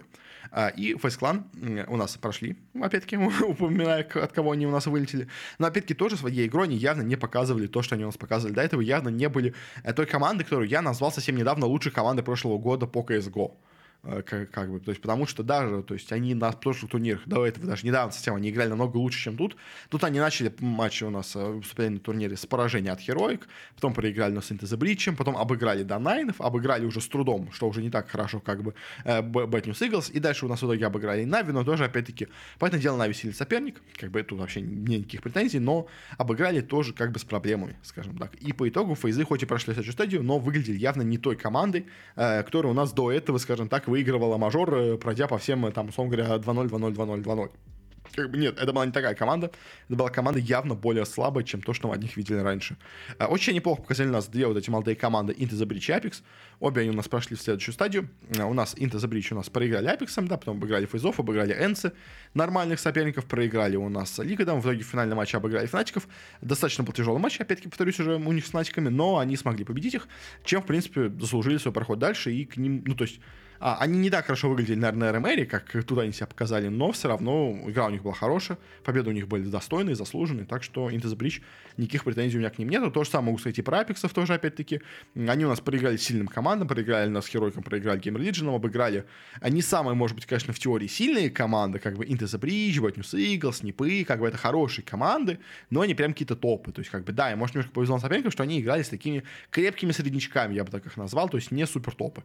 И фейс-клан у нас прошли, опять-таки, упоминая, от кого они у нас вылетели, но, опять-таки, тоже своей игрой они явно не показывали то, что они у нас показывали до этого, явно не были той командой, которую я назвал совсем недавно лучшей командой прошлого года по си эс го. Как, как бы, то есть, потому что даже, то есть, они на прошлых турнирах до этого, даже недавно совсем, они играли намного лучше, чем тут. Тут они начали матчи у нас выступление на турнире с поражения от Heroic, потом проиграли на Into the Breach, потом обыграли до Найнов, обыграли уже с трудом, что уже не так хорошо, как бы, Bad News Eagles, и дальше у нас в итоге обыграли Нави, но тоже, опять-таки, понятное дело, Нави сильный соперник, как бы, тут вообще нет никаких претензий, но обыграли тоже, как бы, с проблемами, скажем так. И по итогу фейзы хоть и прошли следующую стадию, но выглядели явно не той командой, которая у нас до этого, скажем так, выигрывала мажор, пройдя по всем, там, условно говоря, два ноль, два ноль, два ноль, два ноль. Как бы нет, это была не такая команда. Это была команда явно более слабая, чем то, что мы от них видели раньше. Очень неплохо показали нас две вот эти молодые команды Into the Breach и Apex. Обе они у нас прошли в следующую стадию. У нас Into the Breach у нас проиграли Apex, да, потом обыграли фейзов, обыграли Энсы. Нормальных соперников проиграли у нас Лигадом. В итоге в финальном матче обыграли Фнатиков. Достаточно был тяжелый матч, опять-таки, повторюсь, уже у них с Фнатиками, но они смогли победить их, чем, в принципе, заслужили свой проход дальше. И к ним, ну, то есть, А, они не так хорошо выглядели, наверное, на эр эм эр, как туда они себя показали, но все равно игра у них была хорошая, победы у них были достойные, заслуженные, так что Into the Breach, никаких претензий у меня к ним нет. То же самое могу сказать и про Апексов тоже, опять-таки. Они у нас проиграли сильным командам, проиграли нас Heroic'ом, проиграли Game Religion'ом, обыграли. Они самые, может быть, конечно, в теории сильные команды, как бы Into the Breach, Bad News Eagles, Нипы, как бы это хорошие команды, но они прям какие-то топы. То есть, как бы, да, и может, немножко повезло на соперников, что они играли с такими крепкими среднячками, я бы так их назвал, то есть не супер топы.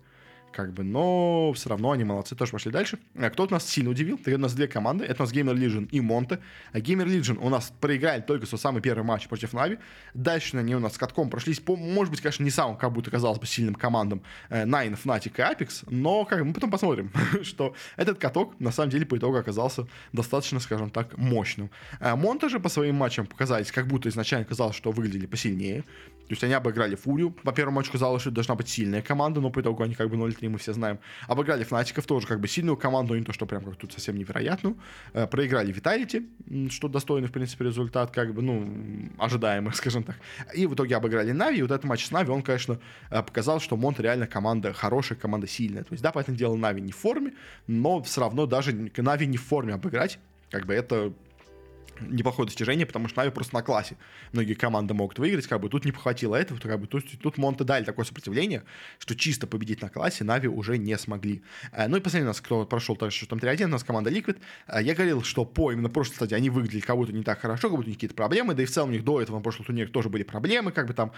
как бы, но все равно они молодцы, тоже пошли дальше. А кто-то нас сильно удивил, это у нас две команды, это у нас Gamer Legion и Монте. А Gamer Legion у нас проиграли только что самый первый матч против Нави, дальше они у нас с катком прошлись по, может быть, конечно, не самым, как будто казалось бы, сильным командам Nine, Fnatic и Apex, но как бы, мы потом посмотрим, что этот каток на самом деле по итогу оказался достаточно, скажем так, мощным. Монте же по своим матчам показались, как будто изначально казалось, что выглядели посильнее. То есть они обыграли Фурию. По первому матчу казалось, что это должна быть сильная команда, но по итогу они как бы ноль три, мы все знаем. Обыграли Фнатиков, тоже как бы сильную команду, не то, что прям как тут совсем невероятную. Э, проиграли Vitality, что достойный, в принципе, результат, как бы, ну, ожидаемый, скажем так. И в итоге обыграли Нави, и вот этот матч с Нави, он, конечно, показал, что Монт реально команда хорошая, команда сильная. То есть, да, поэтому дело Нави не в форме, но все равно даже Нави не в форме обыграть, как бы это неплохое достижение, потому что Нави просто на классе многие команды могут выиграть, как бы тут не похватило этого, то, как бы, тут, тут Монте дали такое сопротивление, что чисто победить на классе Нави уже не смогли. Ну и последний у нас, кто прошел также, что там три один, у нас команда Liquid. Я говорил, что по именно прошлой стадии они выглядели как будто не так хорошо, как будто у них какие-то проблемы, да и в целом у них до этого на прошлом турнире тоже были проблемы, как бы там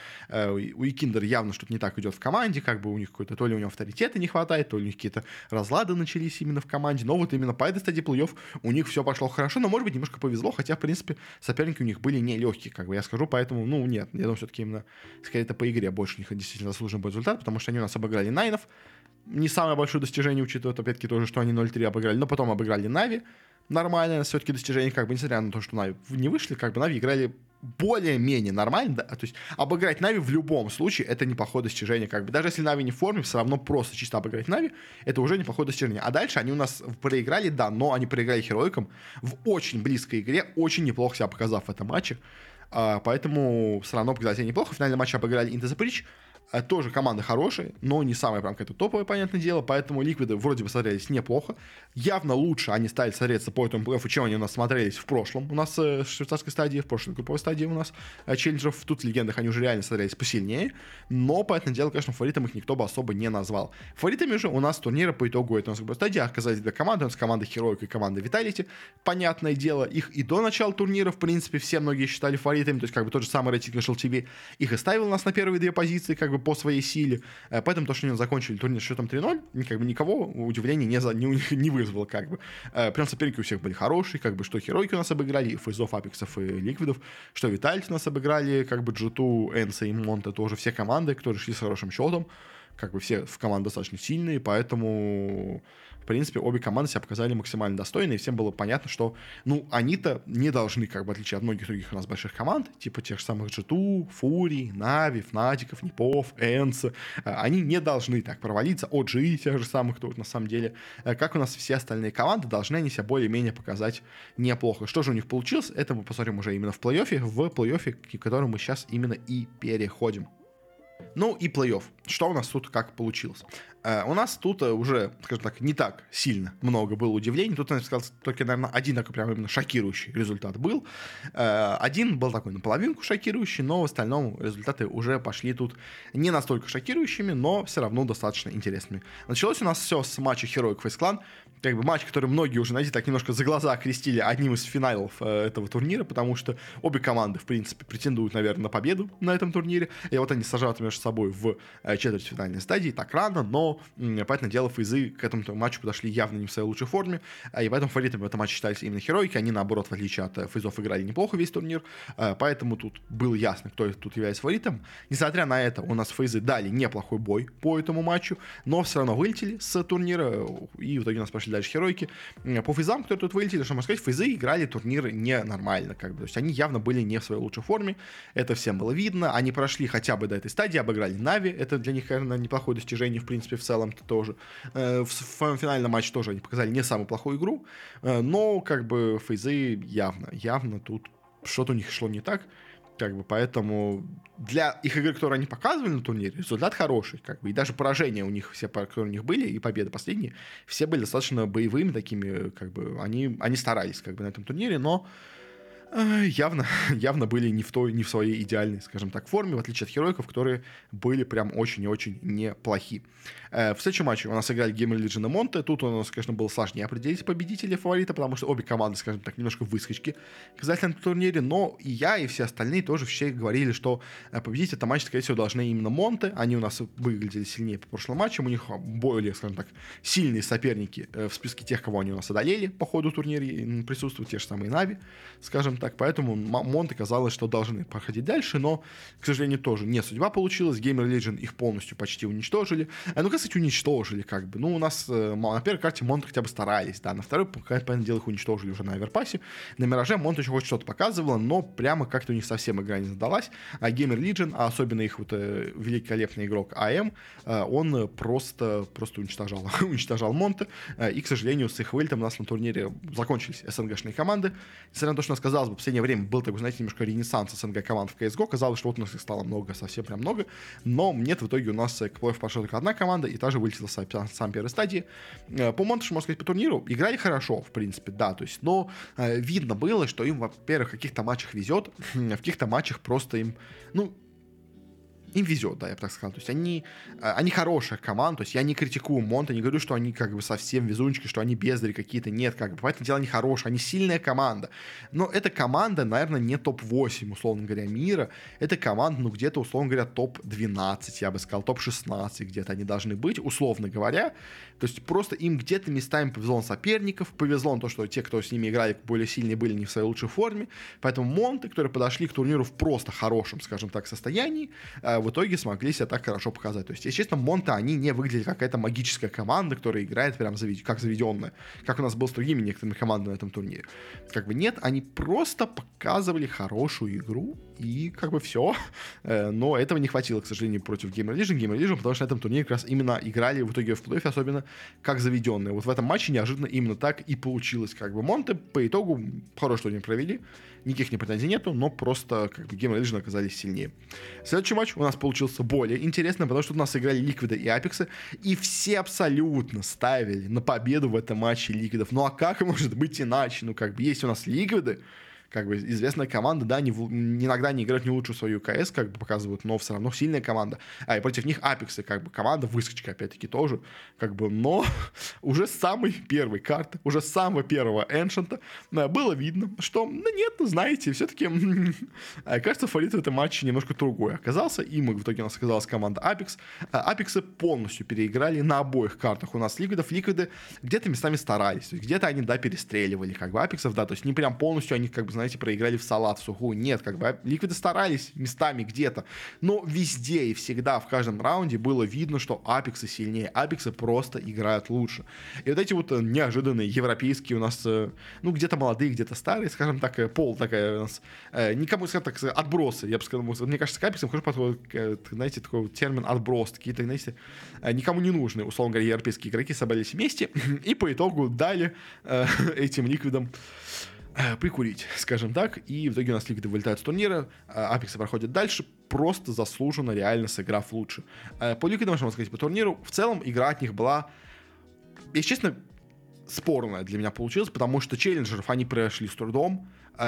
у Икиндер явно что-то не так идет в команде, как бы у них какой-то, то ли у него авторитета не хватает, то ли у них какие-то разлады начались именно в команде, но вот именно по этой стадии плей-офф у них все пошло хорошо, но может быть немножко повезло, хотя в принципе, соперники у них были нелегкие, как бы я скажу, поэтому, ну, нет, я думаю, все-таки именно, скорее, это по игре больше у них действительно заслуженный был результат, потому что они у нас обыграли Найнов, не самое большое достижение, учитывая, опять-таки, тоже, что они ноль три обыграли, но потом обыграли Нави, нормальное все-таки достижение, как бы, несмотря на то, что Нави не вышли, как бы, Нави играли более-менее нормально, да? То есть обыграть Нави в любом случае это неплохое достижение, как бы, даже если Нави не в форме, все равно просто чисто обыграть Нави, это уже неплохое достижение. А дальше они у нас проиграли, да, но они проиграли Хероикам в очень близкой игре, очень неплохо себя показав в этом матче, а, поэтому все равно показали себя неплохо. В финальном матче обыграли Into the Breach, тоже команда хорошая, но не самая прям какая-то топовая, понятное дело, поэтому Ликвиды вроде бы смотрелись неплохо. Явно лучше они стали смотреться по этому плей-оффу, чем они у нас смотрелись в прошлом. У нас э, в швейцарской стадии, в прошлой групповой стадии у нас э, челленджеров. Тут в легендах они уже реально смотрелись посильнее. Но, понятное дело, конечно, фаворитом их никто бы особо не назвал. Фаворитами же у нас турнира по итогу это у нас групповой стадии оказались две команды. У нас команда Heroic и команда Vitality. Понятное дело, их и до начала турнира, в принципе, все многие считали фаворитами. То есть, как бы, тот же самый рейтинг National ти ви их и ставил у нас на первые две позиции, как бы, по своей силе. Поэтому то, что они закончили турнир с счетом три ноль, как бы никого удивления не, за, не, не вызвало, как бы. Прям соперники у всех были хорошие, как бы, что Херойки у нас обыграли, и Фейзов, Апексов и Ликвидов, что Витальти у нас обыграли, как бы, джи ту, Энса и Монте, тоже все команды, которые шли с хорошим счетом, как бы все в команде достаточно сильные, поэтому, в принципе, обе команды себя показали максимально достойно, и всем было понятно, что, ну, они-то не должны, как бы, отличие от многих других у нас больших команд, типа тех же самых джи ту, Фурий, Нави, Фнатиков, Непов, Энса, они не должны так провалиться, о джи тех же самых, кто на самом деле, как у нас все остальные команды, должны они себя более-менее показать неплохо. Что же у них получилось, это мы посмотрим уже именно в плей-оффе, в плей-оффе, к которому мы сейчас именно и переходим. Ну и плей-офф. Что у нас тут как получилось? Uh, у нас тут uh, уже, скажем так, не так сильно много было удивлений. Тут, я сказал, только, наверное, один такой прям именно шокирующий результат был. Uh, один был такой наполовинку шокирующий, но в остальном результаты уже пошли тут не настолько шокирующими, но все равно достаточно интересными. Началось у нас все с матча Heroic Face Clan. Как бы матч, который многие уже, знаете, так немножко за глаза окрестили одним из финалов uh, этого турнира, потому что обе команды, в принципе, претендуют, наверное, на победу на этом турнире. И вот они сажают между собой в uh, четвертьфинальной стадии, так рано, но понятное дело, фейзы к этому матчу подошли явно не в своей лучшей форме, и поэтому фаворитами в этом матче считались именно Херойки, они, наоборот, в отличие от фейзов, играли неплохо весь турнир, поэтому тут было ясно, кто тут является фаворитом. Несмотря на это, у нас фейзы дали неплохой бой по этому матчу, но все равно вылетели с турнира, и в итоге у нас пошли дальше Херойки. По фейзам, которые тут вылетели, что можно сказать, фейзы играли турнир ненормально, как бы, то есть они явно были не в своей лучшей форме, это всем было видно, они прошли хотя бы до этой стадии, обыграли Нави, это для них, наверное, неплохое достижение, в принципе, в целом-то тоже. В своем финальном матче тоже они показали не самую плохую игру, но как бы фейзы явно, явно тут что-то у них шло не так, как бы, поэтому для их игры, которые они показывали на турнире, результат хороший, как бы, и даже поражения у них, все, которые у них были, и победы последние, все были достаточно боевыми такими, как бы, они, они старались, как бы, на этом турнире, но э, явно, явно были не в той, не в своей идеальной, скажем так, форме, в отличие от Херойков, которые были прям очень и очень неплохи. Э, в следующем матче у нас играли Gamer Legion и Монте. Тут у нас, конечно, было сложнее определить победителя фаворита, потому что обе команды, скажем так, немножко выскочки оказались на турнире, но и я, и все остальные тоже все говорили, что победить этот матч, скорее всего, должны именно Монте. Они у нас выглядели сильнее по прошлым матчам, у них более, скажем так, сильные соперники в списке тех, кого они у нас одолели по ходу турнира, присутствуют те же самые Нави, скажем так, поэтому Монте казалось, что должны проходить дальше, но, к сожалению, тоже не судьба получилась, Gamer Legion их полностью почти уничтожили. А, ну, кстати, уничтожили, как бы. Ну, у нас э, на первой карте Монте хотя бы старались, да, на второй, понятное дело, их уничтожили уже на Оверпассе. На Мираже Монте еще хоть что-то показывала, но прямо как-то у них совсем игра не задалась. А Gamer Legion, а особенно их вот э, великолепный игрок АМ, э, он просто, просто уничтожал, уничтожал Монте. Э, и, к сожалению, с их вылетом у нас на турнире закончились СНГшные команды. Несмотря на то, что у нас, казалось бы, в последнее время был такой, знаете, немножко ренессанс СНГ команд в си эс го, казалось, что вот у нас их стало много, совсем прям много, но нет, в итоге у нас к плей-офф пошла только одна команда, и та же вылетела с самой первой стадии. По Монте, можно сказать, по турниру играли хорошо, в принципе, да, то есть, но э, видно было, что им, во-первых, в каких-то матчах везет, в каких-то матчах просто им, ну, им везет, да, я бы так сказал. То есть они, они хорошая команда, то есть я не критикую Монте, не говорю, что они как бы совсем везунчики, что они бездари какие-то, нет, как бы, поэтому дело не хорошее, они сильная команда. Но эта команда, наверное, не топ восемь, условно говоря, мира, это команда, ну, где-то, условно говоря, топ двенадцать, я бы сказал, топ шестнадцать где-то они должны быть, условно говоря. То есть просто им где-то местами повезло на соперников, повезло на то, что те, кто с ними играли, более сильные, были не в своей лучшей форме, поэтому Монте, которые подошли к турниру в просто хорошем, скажем так, состоянии, в итоге смогли себя так хорошо показать. То есть, естественно, Монте, они не выглядели как какая-то магическая команда, которая играет прям завед... как заведенная, как у нас было с другими некоторыми командами на этом турнире. Как бы нет, они просто показывали хорошую игру, и как бы все. Но этого не хватило, к сожалению, против Gamer Legion. Gamer Legion, потому что на этом турнире как раз именно играли в итоге в плей-оффе, особенно как заведенные. Вот в этом матче неожиданно именно так и получилось. Как бы Монте по итогу хорошо турнир провели, никаких не претензий нету, но просто как бы Gamer Legion оказались сильнее. Следующий матч у нас получился более интересным, потому что у нас играли Ликвиды и Апексы, и все абсолютно ставили на победу в этом матче Ликвидов. Ну а как может быть иначе? Ну как бы есть у нас Ликвиды, как бы известная команда, да, не, не, иногда не играют не лучшую свою КС, как бы показывают, но все равно сильная команда. А и против них Апексы, как бы команда выскочка, опять-таки, тоже, как бы, но уже с самой первой карты, уже с самого первого эншента было видно, что, ну нет, ну знаете, все-таки, кажется, фаворит в этом матче немножко другой оказался, и мы в итоге у нас оказалась команда Апекс. Апексы полностью переиграли на обоих картах у нас Ликвидов. Ликвиды где-то местами старались, где-то они, да, перестреливали, как бы, Апексов, да, то есть не прям полностью они, как бы, знаете, проиграли в салат, в сухую. Нет, как бы Ликвиды старались местами где-то, но везде и всегда в каждом раунде было видно, что Апексы сильнее, Апексы просто играют лучше. И вот эти вот неожиданные европейские у нас, ну, где-то молодые, где-то старые, скажем так, пол такая у нас, никому, скажем так, отбросы, я бы сказал, мне кажется, к Апексам хорошо подходит, знаете, такой вот термин отброс, какие-то, знаете, никому не нужные, условно говоря, европейские игроки собрались вместе и по итогу дали этим Ликвидам прикурить, скажем так, и в итоге у нас Ликвиды вылетают с турнира, Апексы проходят дальше, просто заслуженно, реально сыграв лучше. По Ликвидам, можно сказать, по турниру, в целом игра от них была, если честно, спорная для меня получилась, потому что челленджеров они прошли с трудом,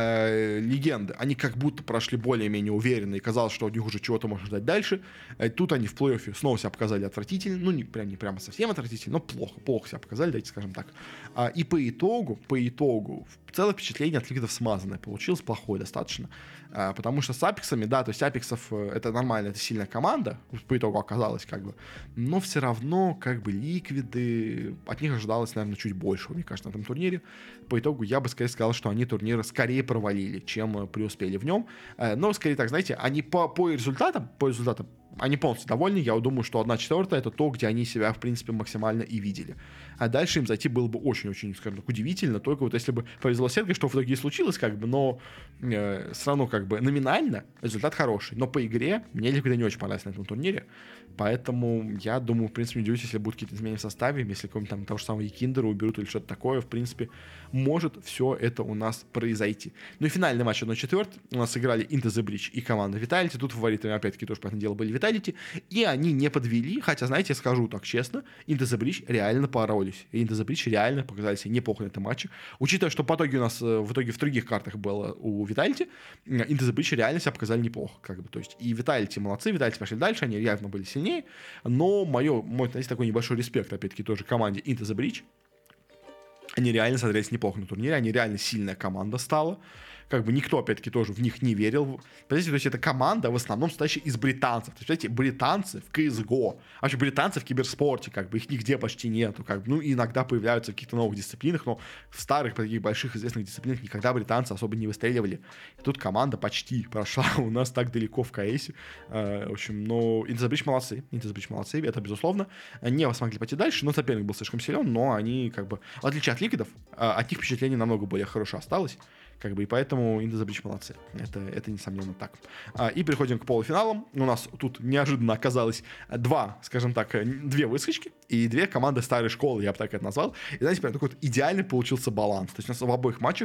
э, легенды, они как будто прошли более-менее уверенно, и казалось, что от них уже чего-то можно ждать дальше. Э, тут они в плей-оффе снова себя показали отвратительно, ну, не, прям, не прямо совсем отвратительно, но плохо, плохо себя показали, давайте скажем так. А, и по итогу, по итогу, целое впечатление от Ликвидов смазанное получилось, плохое достаточно, а, потому что с Апексами, да, то есть Апексов это нормально, это сильная команда, по итогу оказалось, как бы, но все равно, как бы, Ликвиды, от них ожидалось, наверное, чуть больше, мне кажется, на этом турнире. По итогу я бы скорее сказал, что они турнир скорее провалили, чем преуспели в нем, но скорее так, знаете, они по, по результатам, по результатам они полностью довольны, я думаю, что одна четвертая это то, где они себя, в принципе, максимально и видели. А дальше им зайти было бы очень-очень, скажем так, удивительно, только вот если бы повезло Сергею, что в итоге и случилось, как бы, но э, все равно, как бы, номинально результат хороший, но по игре мне Ликвиды не очень понравились на этом турнире, поэтому я думаю, в принципе, не удивлюсь, если будут какие-то изменения в составе, если какого-нибудь там того же самого Якиндера уберут или что-то такое, в принципе, может все это у нас произойти. Ну и финальный матч одна четвертая у нас играли Into the Breach и команда Vitality, тут фаворитами, опять-таки, тоже, понятное дело, были Vitality, Vitality, и они не подвели, хотя, знаете, я скажу так честно, Into the Breach реально поролись. Into the Breach реально показали себя неплохо на этом матче. Учитывая, что по итоге у нас в итоге в других картах было у Vitality, Into the Breach реально себя показали неплохо. Как бы, то есть и Vitality молодцы, Vitality пошли дальше, они явно были сильнее, но мое, мой, знаете, такой небольшой респект, опять-таки, тоже команде Into the Breach. Они реально смотрелись неплохо на турнире, они реально сильная команда стала. Как бы никто, опять-таки, тоже в них не верил. Понимаете, то есть это команда в основном состоящая из британцев. То есть, знаете, британцы в си эс го, вообще британцы в киберспорте, как бы их нигде почти нету. Как бы, ну, иногда появляются в каких-то новых дисциплинах, но в старых, таких больших известных дисциплинах никогда британцы особо не выстреливали. И тут команда почти прошла у нас так далеко в КС. Э, в общем, ну, Into the Breach молодцы. Into the Breach молодцы, это безусловно. Не смогли пойти дальше, но соперник был слишком силен, но они, как бы, в отличие от ликвидов, от них впечатление намного более хорошее осталось. Как бы, и поэтому Into the Breach молодцы. Это, это несомненно так. А, и переходим к полуфиналам. У нас тут неожиданно оказалось два, скажем так, две выскочки и две команды старой школы, я бы так это назвал. И знаете, прям такой вот идеальный получился баланс. То есть у нас в обоих матчах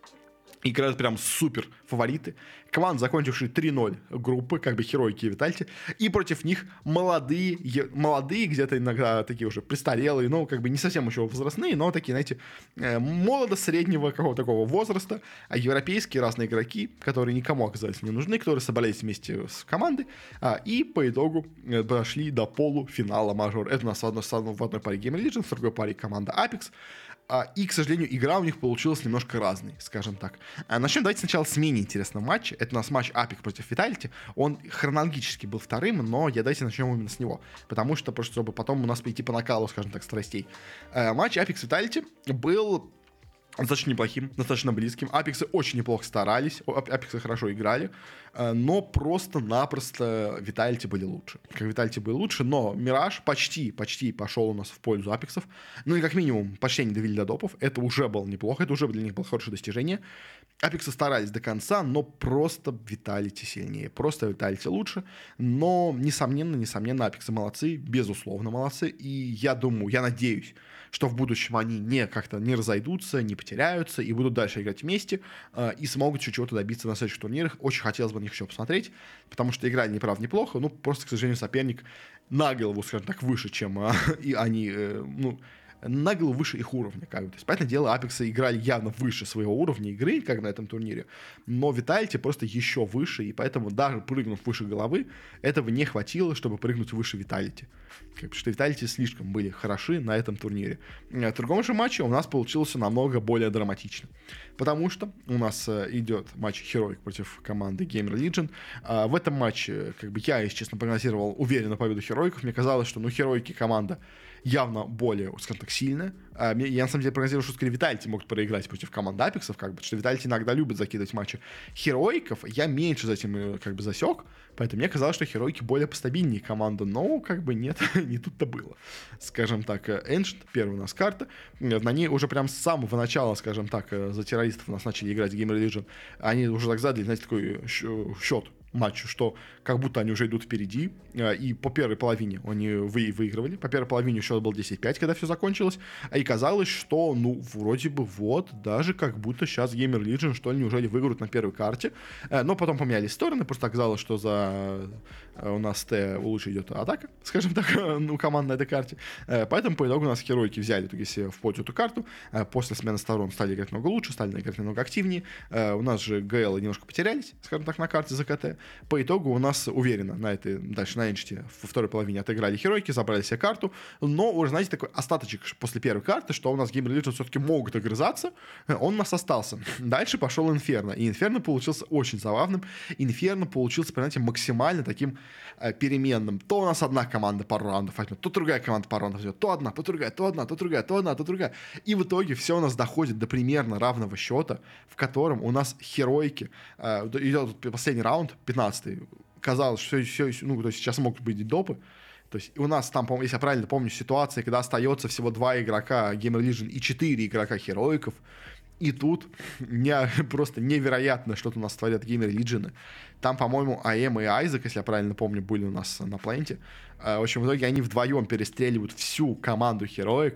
играют прям супер фавориты. Команды, закончившие три ноль группы, как бы Heroic и Vitality, и против них молодые, молодые где-то иногда такие уже престарелые, ну, как бы не совсем еще возрастные, но такие, знаете, молодо-среднего какого-то такого возраста, а европейские разные игроки, которые никому оказались не нужны, которые собрались вместе с командой, и по итогу дошли до полуфинала мажор. Это у нас в одной, в одной паре Gamer Legion, в другой паре команда Apex. И, к сожалению, игра у них получилась немножко разной, скажем так. Начнем давайте сначала с менее интересного матча. Это у нас матч Apex против Vitality. Он хронологически был вторым, но я давайте начнем именно с него. Потому что, просто чтобы потом у нас пойти по накалу, скажем так, страстей. Матч Apex Vitality был достаточно неплохим, достаточно близким. Апексы очень неплохо старались, Апексы хорошо играли, но просто-напросто Vitality были лучше. Как Vitality были лучше, но Мираж почти, почти пошел у нас в пользу Апексов. Ну и как минимум почти не довели до допов. Это уже было неплохо, это уже для них было хорошее достижение. Апексы старались до конца, но просто Vitality сильнее. Просто Vitality лучше. Но, несомненно, несомненно, Апексы молодцы, безусловно молодцы. И я думаю, я надеюсь, что в будущем они не как-то не разойдутся, не потеряются и будут дальше играть вместе э, и смогут чего-то добиться на следующих турнирах. Очень хотелось бы на них еще посмотреть, потому что играли, не прав, неплохо, ну, просто, к сожалению, соперник на голову, скажем так, выше, чем э, и они, э, ну, на голову выше их уровня, как бы. То есть, понятное дело, Апексы играли явно выше своего уровня игры, как на этом турнире, но Vitality просто еще выше, и поэтому даже прыгнув выше головы, этого не хватило, чтобы прыгнуть выше Vitality. Потому что Vitality слишком были хороши на этом турнире. В другом же матче у нас получился намного более драматично, потому что у нас идет матч Heroic против команды Gamer Legion. В этом матче, как бы я, если честно, прогнозировал уверенно победу Heroic'ов. Мне казалось, что, ну, Heroic команда явно более, скажем так, сильная. Я, на самом деле, прогнозировал, что, скорее, Vitality могут проиграть против команды Апексов, как бы, потому что Vitality иногда любит закидывать матчи Heroic'ов. Я меньше за этим, как бы, засек, поэтому мне казалось, что Heroic более постабильнее команда, но, как бы, нет, не тут-то было. Скажем так, Ancient, первая у нас карта, на ней уже прям с самого начала, скажем так, за террористов у нас начали играть Gamer Legion, они уже так задали, знаете, такой счет матчу, что как будто они уже идут впереди, и по первой половине они вы, выигрывали, по первой половине счет был десять пять, когда все закончилось, и казалось, что, ну, вроде бы вот, даже как будто сейчас Gamer Legion, что ли, неужели выиграют на первой карте, но потом поменялись стороны, просто оказалось, что за у нас Т лучше идет атака, скажем так, у команд на этой карте, поэтому по итогу у нас Heroic взяли себе в пользу эту карту, после смены сторон стали играть много лучше, стали играть немного активнее, у нас же ГЛ немножко потерялись, скажем так, на карте ЗКТ. По итогу у нас уверенно на этой, дальше на Энчите во второй половине отыграли Heroic, забрали себе карту, но уже, знаете, такой остаточек после первой карты, что у нас Gamer Legion все-таки могут огрызаться, он у нас остался. Дальше пошел Инферно, и Инферно получился очень забавным, Инферно получился, понимаете, максимально таким э, переменным. То у нас одна команда пару раундов возьмет, то другая команда пару раундов возьмет, то одна, то другая, то одна, то другая, то одна, то другая. И в итоге все у нас доходит до примерно равного счета, в котором у нас Heroic, э, идет последний раунд, пятнадцатый, казалось, что все, все, ну, то есть сейчас могут быть допы. То есть у нас там, если я правильно помню, ситуация, когда остается всего два игрока Gamer Legion и четыре игрока Heroic'ов. И тут не, просто невероятно что-то у нас творят Gamer Legion. Там, по-моему, АМ и Айзек, если я правильно помню, были у нас на пленте. В общем, в итоге они вдвоем перестреливают всю команду Heroic.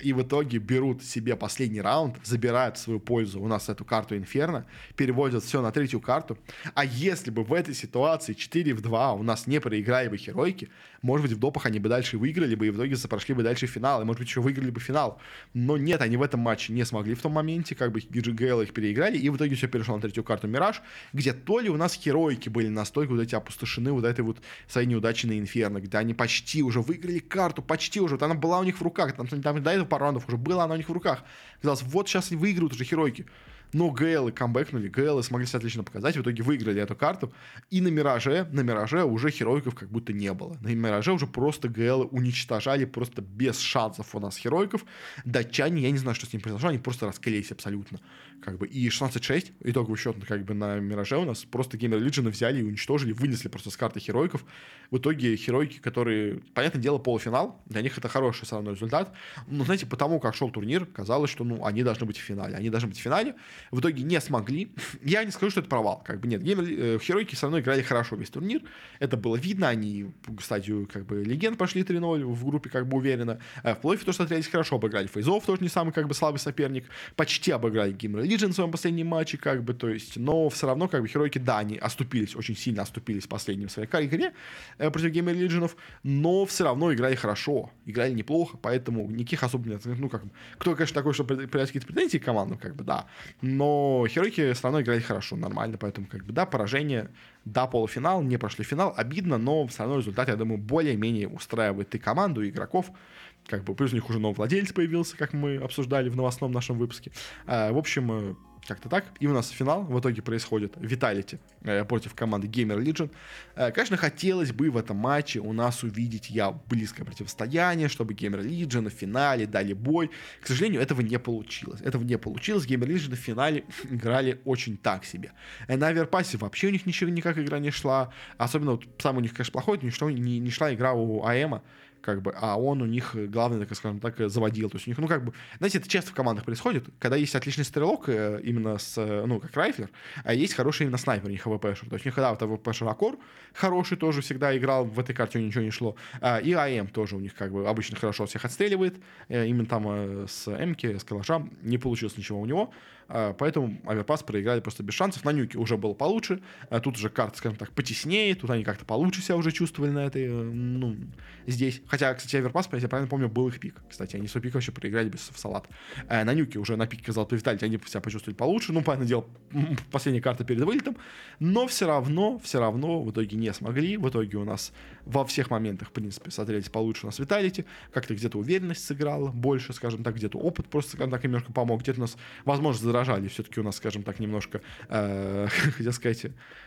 и в итоге берут себе последний раунд, забирают в свою пользу у нас эту карту Инферно, переводят все на третью карту. А если бы в этой ситуации четыре в два у нас не проиграли бы Херойки, может быть, в допах они бы дальше выиграли бы, и в итоге прошли бы дальше в финал, и, может быть, еще выиграли бы финал. Но нет, они в этом матче не смогли в том моменте, как бы джи джи эл их переиграли, и в итоге все перешло на третью карту Мираж, где то ли у нас Херойки были настолько вот эти опустошены вот этой вот своей неудачей на Инферно, где они почти уже выиграли карту, почти уже, вот она была у них в руках, там, там до этого пару раундов уже была она у них в руках. Казалось, вот сейчас они выиграют уже Херойки. Но ГЛы камбэкнули, ГЛы смогли себя отлично показать, в итоге выиграли эту карту. И на Мираже, на Мираже уже Херойков как будто не было. На Мираже уже просто ГЛы уничтожали, просто без шансов у нас Херойков. Датчане, я не знаю, что с ним произошло, они просто расклеились абсолютно. Как бы. И шестнадцать шесть, итоговый счет как бы на Мираже у нас просто Gamer Legion взяли и уничтожили, вынесли просто с карты Херойков. В итоге Херойки, которые, понятное дело, полуфинал, для них это хороший все равно результат. Но, знаете, потому как шел турнир, казалось, что ну, они должны быть в финале. Они должны быть в финале. В итоге не смогли. Я не скажу, что это провал. Как бы нет, геймер, э, Херойки все равно играли хорошо весь турнир. Это было видно. Они в стадию как бы легенд пошли три ноль в группе как бы уверенно. А в плей-оффе тоже смотрелись хорошо. Обыграли Фейзов, тоже не самый как бы слабый соперник. Почти обыграли Gamer Legion в своем последнем матче, как бы, то есть, но все равно как бы Херойки, да, они оступились, очень сильно оступились в последнем своей игре э, против Gamer Legion, но все равно играли хорошо, играли неплохо, поэтому никаких особо нет. Ну, как бы, кто, конечно, такой, что проявляет какие-то претензии к командам, как бы, да, но Херойки все равно играли хорошо, нормально, поэтому, как бы, да, поражение, да, полуфинал, не прошли финал, обидно, но все равно результат, я думаю, более-менее устраивает и команду, и игроков, как бы, плюс у них уже новый владелец появился, как мы обсуждали в новостном нашем выпуске. А, в общем, как-то так. И у нас финал в итоге происходит. Vitality э, против команды Gamer Legion. Э, конечно, хотелось бы в этом матче у нас увидеть я близкое противостояние, чтобы Gamer Legion в финале дали бой. К сожалению, этого не получилось. Этого не получилось. Gamer Legion в финале играли очень так себе. Э, на Аверпасе вообще у них ничего, никак игра не шла. Особенно вот сам у них, конечно, плохой, но не, не шла игра у АЭМа. Как бы, а он у них главный, так скажем так, заводил. То есть у них, ну, как бы, знаете, это часто в командах происходит, когда есть отличный стрелок, именно с, ну, как райфлер, а есть хороший именно снайпер, не ХВПшер. То есть у них, когда вот ХВПшер Акор хороший тоже всегда играл, в этой карте ничего не шло. И АМ тоже у них, как бы, обычно хорошо всех отстреливает. Именно там с Эмки, с калаша не получилось ничего у него. Поэтому Аверпас проиграли просто без шансов. На Нюке уже было получше. Тут уже карта, скажем так, потеснее. Тут они как-то получше себя уже чувствовали на этой, ну, здесь. Хотя, кстати, Аверпас, если я правильно помню, был их пик. Кстати, они свой пик вообще проиграли без в салат. На Нюке уже на пике Золотой Виталити они себя почувствовали получше. Ну, понятное дело, последняя карта перед вылетом. Но все равно, все равно в итоге не смогли. В итоге у нас во всех моментах, в принципе, смотрелись получше у нас Виталити. Как-то где-то уверенность сыграла больше, скажем так, где-то опыт просто, скажем так, немножко помог. Где-то у нас, возможно, заражали. Все-таки у нас, скажем так, немножко, э, хотел сказать,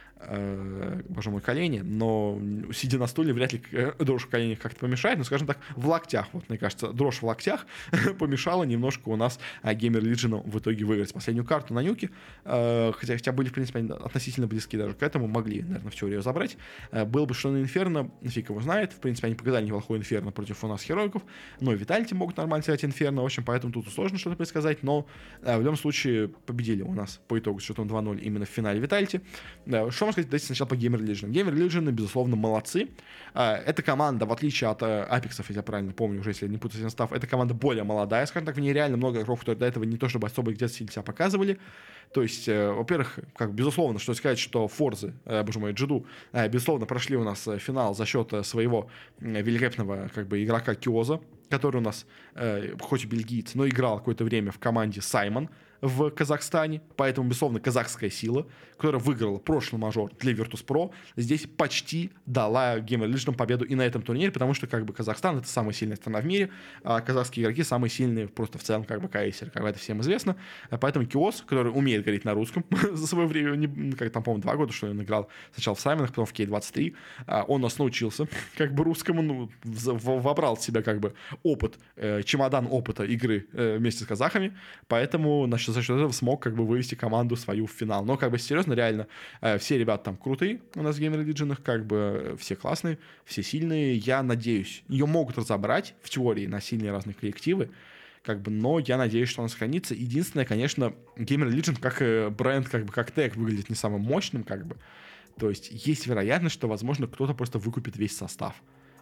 э, боже мой, колени, но сидя на стуле, вряд ли дрожь в коленях как-то помешает, но, скажем так, в локтях, вот, мне кажется, дрожь в локтях помешала немножко у нас Gamer Legion в итоге выиграть последнюю карту на Нюке, э, хотя, хотя были, в принципе, относительно близки даже к этому, могли, наверное, в теорию забрать. Э, было бы что на Инферно, фиг его знает, в принципе, они показали неплохой Инферно против у нас Херойков, но и Виталити могут нормально сыграть Инферно, в общем, поэтому тут сложно что-то предсказать, но э, в любом случае победили у нас по итогу с счетом два ноль именно в финале Виталити. Э, что можно сказать, давайте сначала по Gamer Legion. Gamer Legion, безусловно, молодцы. Эта команда, в отличие от Апексов, если я правильно помню, уже если я не путаюсь в состав, эта команда более молодая, скажем так, в ней реально много игроков, которые до этого не то чтобы особо где-то сильно себя показывали. То есть, во-первых, как безусловно, что сказать, что Форзы, э, боже мой, Джиду, э, безусловно, прошли у нас финал за счет своего великолепного как бы игрока Киоза, который у нас, э, хоть и бельгиец, но играл какое-то время в команде Саймон в Казахстане, поэтому, безусловно, казахская сила, которая выиграла прошлый мажор для Virtus.pro, здесь почти дала Gamer Legion победу и на этом турнире, потому что, как бы, Казахстан — это самая сильная страна в мире, а казахские игроки самые сильные просто в целом, как бы, КСР, как бы это всем известно, поэтому Киос, который умеет говорить на русском за свое время, не, как там, по-моему, два года, что он играл сначала в Саймонах, потом в кей двадцать три, он нас научился, как бы, русскому, ну, вобрал в себя, как бы, опыт, э, чемодан опыта игры э, вместе с казахами, поэтому, значит, за счет этого смог как бы вывести команду свою в финал. Но как бы серьезно, реально, э, все ребята там крутые у нас в Gamer Legion, как бы все классные, все сильные. Я надеюсь, ее могут разобрать в теории на сильные разные коллективы, как бы, но я надеюсь, что она сохранится. Единственное, конечно, Gamer Legion как э, бренд, как бы как тег выглядит не самым мощным, как бы. То есть есть вероятность, что, возможно, кто-то просто выкупит весь состав.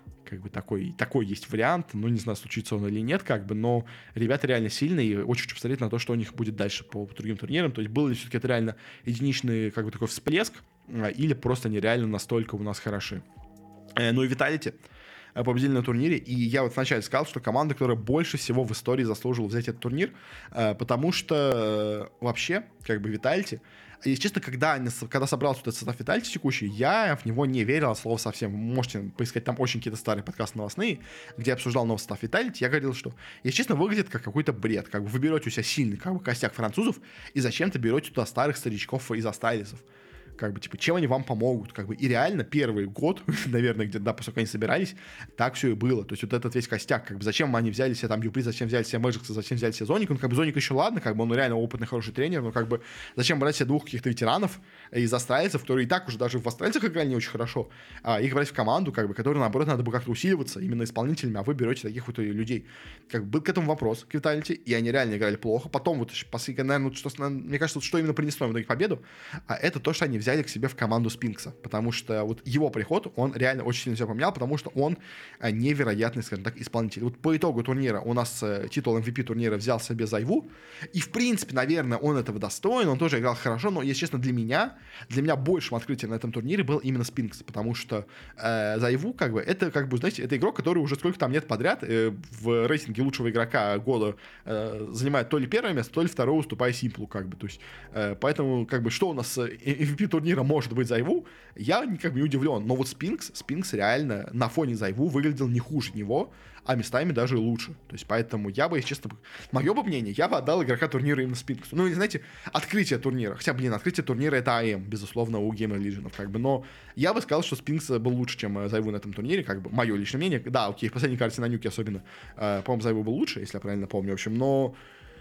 Как бы такой, такой есть вариант, ну, не знаю, случится он или нет, как бы, но ребята реально сильные, и очень хочу посмотреть на то, что у них будет дальше по, по другим турнирам, то есть был ли все-таки это реально единичный, как бы, такой всплеск, или просто они реально настолько у нас хороши. Ну и Vitality победили на турнире, и я вот вначале сказал, что команда, которая больше всего в истории заслужила взять этот турнир, потому что вообще, как бы, Vitality, если честно, когда, они, когда собрался вот этот состав Vitality текущий, я в него не верил от слова совсем. Вы можете поискать там очень какие-то старые подкасты новостные, где я обсуждал новый состав Vitality. Я говорил, что, если честно, выглядит как какой-то бред. Как бы вы берете у себя сильный, как бы, костяк французов и зачем-то берете туда старых старичков из астайлисов. Как бы, типа, чем они вам помогут, как бы, и реально первый год, наверное, где-то, да, после того, как они собирались, так все и было, то есть вот этот весь костяк, как бы, зачем они взяли себе там Юпри, зачем взяли себе Мэджикса, зачем взяли себе Зоника, ну, как бы, Зоник еще ладно, как бы, он реально опытный, хороший тренер, но, как бы, зачем брать себе двух каких-то ветеранов из австралийцев, которые и так уже даже в австралийцах играли не очень хорошо, а их брать в команду, как бы, которые, наоборот, надо бы как-то усиливаться именно исполнителями, а вы берете таких вот людей. Как бы, был к этому вопрос, к Vitality, и они реально играли плохо, потом, вот, последний, наверное, вот, что, мне кажется, вот, что именно принесло им в итоге победу, а это то, что они взяли к себе в команду Спинкса, потому что вот его приход, он реально очень сильно все поменял, потому что он невероятный, скажем так, исполнитель. Вот по итогу турнира у нас титул эм ви пи турнира взял себе Зайву, и в принципе, наверное, он этого достоин, он тоже играл хорошо, но, если честно, для меня, для меня большим открытием на этом турнире был именно Спинкс, потому что э, Зайву, как бы, это, как бы, знаете, это игрок, который уже сколько там лет подряд э, в рейтинге лучшего игрока года э, занимает то ли первое место, то ли второе, уступая Симплу, как бы, то есть, э, поэтому, как бы, что у нас эм ви пи турнира может быть Зайву, я как бы не удивлен, но вот Спинкс, Спинкс реально на фоне Зайву выглядел не хуже него, а местами даже лучше. То есть, поэтому я бы, если честно, мое бы мнение, я бы отдал игрока турнира именно Спинксу. Ну, или, знаете, открытие турнира. Хотя, блин, открытие турнира — это АМ, безусловно, у Gamer Legion, как бы, но я бы сказал, что Спинкс был лучше, чем Зайву на этом турнире, как бы, мое личное мнение. Да, окей, в последней карте на Нюке особенно, э, по-моему, Зайву был лучше, если я правильно помню, в общем, но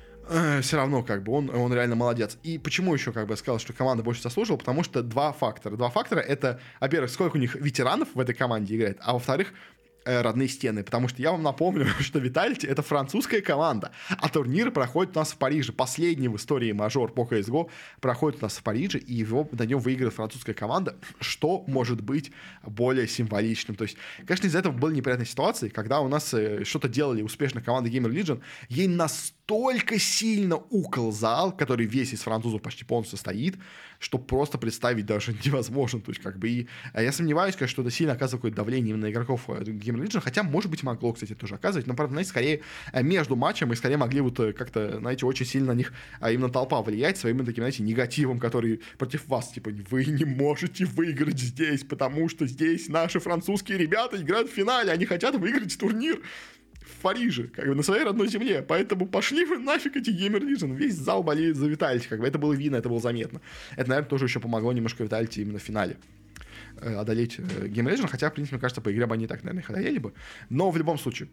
э, все равно, как бы, он, он реально молодец. И почему еще, как бы, я сказал, что команда больше заслужила? Потому что два фактора. Два фактора — это, во-первых, сколько у них ветеранов в этой команде играет, а во-вторых, родные стены, потому что я вам напомню, что Vitality — это французская команда, а турнир проходит у нас в Париже. Последний в истории мажор по си эс го проходит у нас в Париже, и его на нем выиграет французская команда. Что может быть более символичным? То есть, конечно, из-за этого были неприятные ситуации, когда у нас что-то делали успешно команда Gamer Legion, ей настолько сильно уколзал, который весь из французов почти полностью состоит, что просто представить даже невозможно. То есть, как бы, и я сомневаюсь, конечно, что это сильно оказывает какое-то давление именно на игроков Gamer Legion, хотя, может быть, могло, кстати, тоже оказывать, но, правда, знаете, скорее между матчем мы скорее могли вот как-то, знаете, очень сильно на них, а именно толпа влиять своим таким, знаете, негативом, который против вас, типа, вы не можете выиграть здесь, потому что здесь наши французские ребята играют в финале, они хотят выиграть турнир в Париже, как бы, на своей родной земле, поэтому пошли вы нафиг эти Gamer Legion, весь зал болеет за Vitality, как бы, это было видно, это было заметно. Это, наверное, тоже еще помогло немножко Vitality именно в финале одолеть Gamer Legion, хотя, в принципе, мне кажется, по игре бы они так, наверное, их одолели бы. Но в любом случае,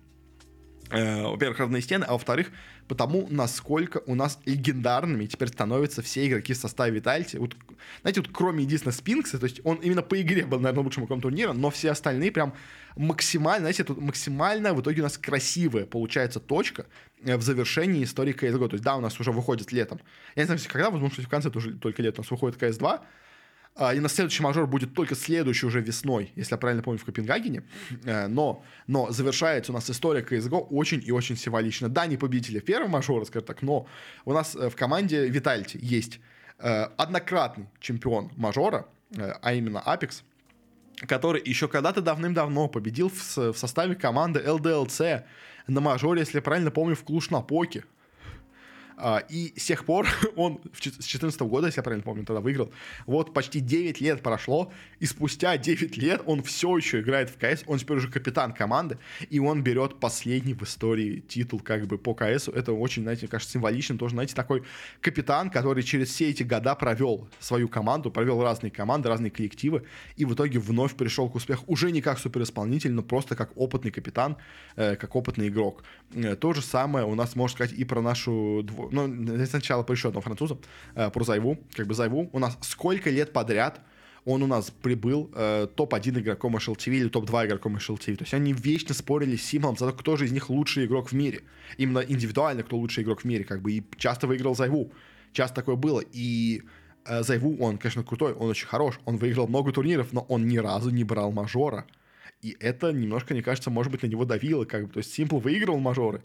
э, во-первых, родные стены, а во-вторых, потому, насколько у нас легендарными теперь становятся все игроки в составе Vitality. Вот, знаете, вот кроме единственного Спинкса, то есть он именно по игре был, наверное, лучшим игроком турнира, но все остальные прям максимально, знаете, тут максимально в итоге у нас красивая получается точка в завершении истории си эс го. То есть, да, у нас уже выходит летом. Я не знаю, когда, возможно, что в конце тоже только летом у нас выходит си эс два, и на следующий мажор будет только следующий уже весной, если я правильно помню, в Копенгагене. Но, но завершается у нас история си эс го очень и очень символично. Да, не победители в первом мажоре, скажем так, но у нас в команде Vitality есть однократный чемпион мажора, а именно Apex, который еще когда-то давным-давно победил в, в составе команды эл ди эл си на мажоре, если я правильно помню, в Клуж-Напоке. И с тех пор он с две тысячи четырнадцатого года, если я правильно помню, тогда выиграл. Вот почти девять лет прошло, и спустя девять лет он все еще играет в КС, он теперь уже капитан команды, и он берет последний в истории титул как бы по КСу. Это очень, знаете, мне кажется, символично. Тоже, знаете, такой капитан, который через все эти года провел свою команду, провел разные команды, разные коллективы, и в итоге вновь пришел к успеху уже не как суперисполнитель, но просто как опытный капитан, э, как опытный игрок. Э, то же самое у нас, можно сказать, и про нашу дво... Ну, сначала про еще одного француза, э, про Зайву. Как бы Зайву у нас сколько лет подряд он у нас прибыл э, топ один игроком эш эл ти ви или топ два игроком эш эл ти ви. То есть они вечно спорили с Симлом за то, кто же из них лучший игрок в мире. Именно индивидуально, кто лучший игрок в мире. Как бы, и часто выиграл Зайву. Часто такое было. И э, Зайву, он, конечно, крутой, он очень хорош. Он выиграл много турниров, но он ни разу не брал мажора. И это немножко, мне кажется, может быть, на него давило. Как бы. То есть Simple выигрывал мажоры,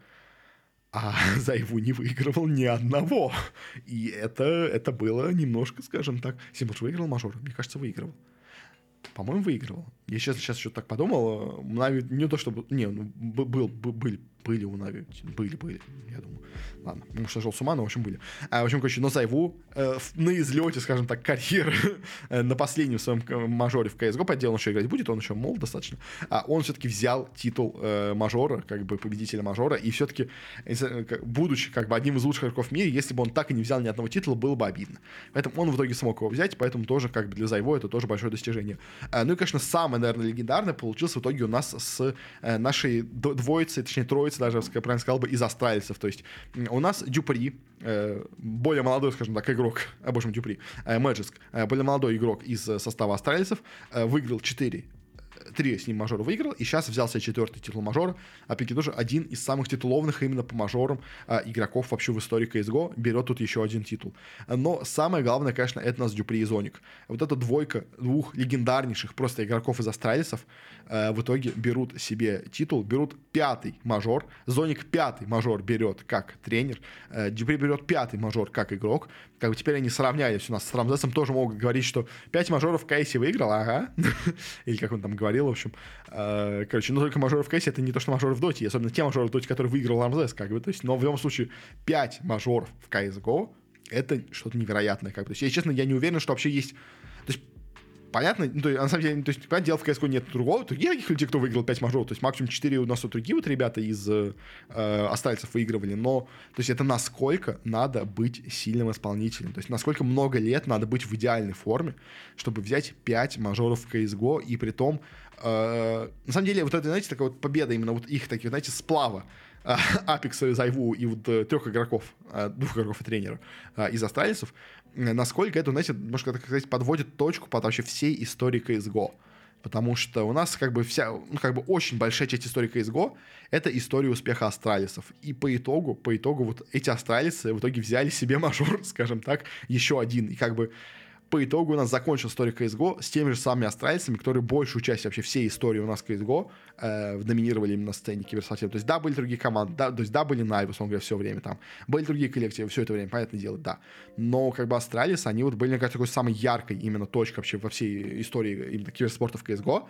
а Зайву не выигрывал ни одного. И это, это было немножко, скажем так... Simple же выиграл мажоры? Мне кажется, выигрывал. По-моему, выигрывал. Я сейчас, сейчас еще так подумал. Нави не то, чтобы... Не, ну, был, был, были, были у Нави. Были, были, я думаю. Ладно, может, сошел с ума, но, в общем, были. А, в общем, короче, но Зайву э, на излете, скажем так, карьеры э, на последнем своем мажоре в си эс го, по делу он еще играть будет, он еще молод достаточно, а он все-таки взял титул э, мажора, как бы победителя мажора, и все-таки, э, будучи как бы одним из лучших игроков в мире, если бы он так и не взял ни одного титула, было бы обидно. Поэтому он в итоге смог его взять, поэтому тоже как бы для Зайву это тоже большое достижение. А, ну и, конечно, самое, наверное, легендарное получилось в итоге у нас с э, нашей двоицей, точнее, троицей, даже, я правильно сказал бы, из австралийцев. То есть у нас Дюпри, э, более молодой, скажем так, игрок, а, боже мой, Дюпри, э, Мэджиск, э, более молодой игрок из э, состава австралийцев, э, выиграл четыре три с ним мажора выиграл, и сейчас взял себе четвертый титул мажора. Опять-таки тоже один из самых титулованных именно по мажорам а, игроков вообще в истории си эс го. Берет тут еще один титул. Но самое главное, конечно, это у нас Дюпри и Зоник. Вот эта двойка двух легендарнейших просто игроков из австралийцев а, в итоге берут себе титул, берут пятый мажор. Зоник пятый мажор берет как тренер. А, Дюпри берет пятый мажор как игрок. Как бы теперь они сравнялись у нас с Рамзесом, тоже могут говорить, что пять мажоров Кейси выиграл, ага. Или как он там говорил, в общем. Короче, но только мажоры в Кейси это не то, что мажоры в Доте, особенно те мажоры в Доте, которые выиграл Рамзес, как бы. То есть, но в любом случае пять мажоров в си эс го это что-то невероятное, как бы. То есть, если честно, я не уверен, что вообще есть... То есть, понятно, ну, то есть, на самом деле, то есть, понятное дело, в си эс го нет другого, других таких людей, кто выиграл пять мажоров, то есть максимум четыре у нас вот другие вот ребята из э, остальцев выигрывали, но, то есть это насколько надо быть сильным исполнителем, то есть насколько много лет надо быть в идеальной форме, чтобы взять пять мажоров в си эс го, и при том, э, на самом деле, вот это, знаете, такая вот победа именно вот их таких, знаете, сплава, Апекса, Зайву и вот трех игроков, двух игроков и тренера из австралийцев, насколько это, знаете, может, так сказать, подводит точку под вообще всей истории си эс го. Потому что у нас как бы вся, ну, как бы очень большая часть истории си эс го — это история успеха австралийцев. И по итогу, по итогу вот эти австралийцы в итоге взяли себе мажор, скажем так, еще один. И как бы по итогу у нас закончилась история си эс го с теми же самыми австралийцами, которые большую часть вообще всей истории у нас си эс го э, доминировали именно на сцене киберспортивной. То есть да, были другие команды, да, то есть да, были Нави, условно говоря, все время там, были другие коллективы все это время, понятное дело, да. Но как бы австралийцы, они вот были, мне кажется, такой самой яркой именно точкой вообще во всей истории именно киберспорта в си эс го.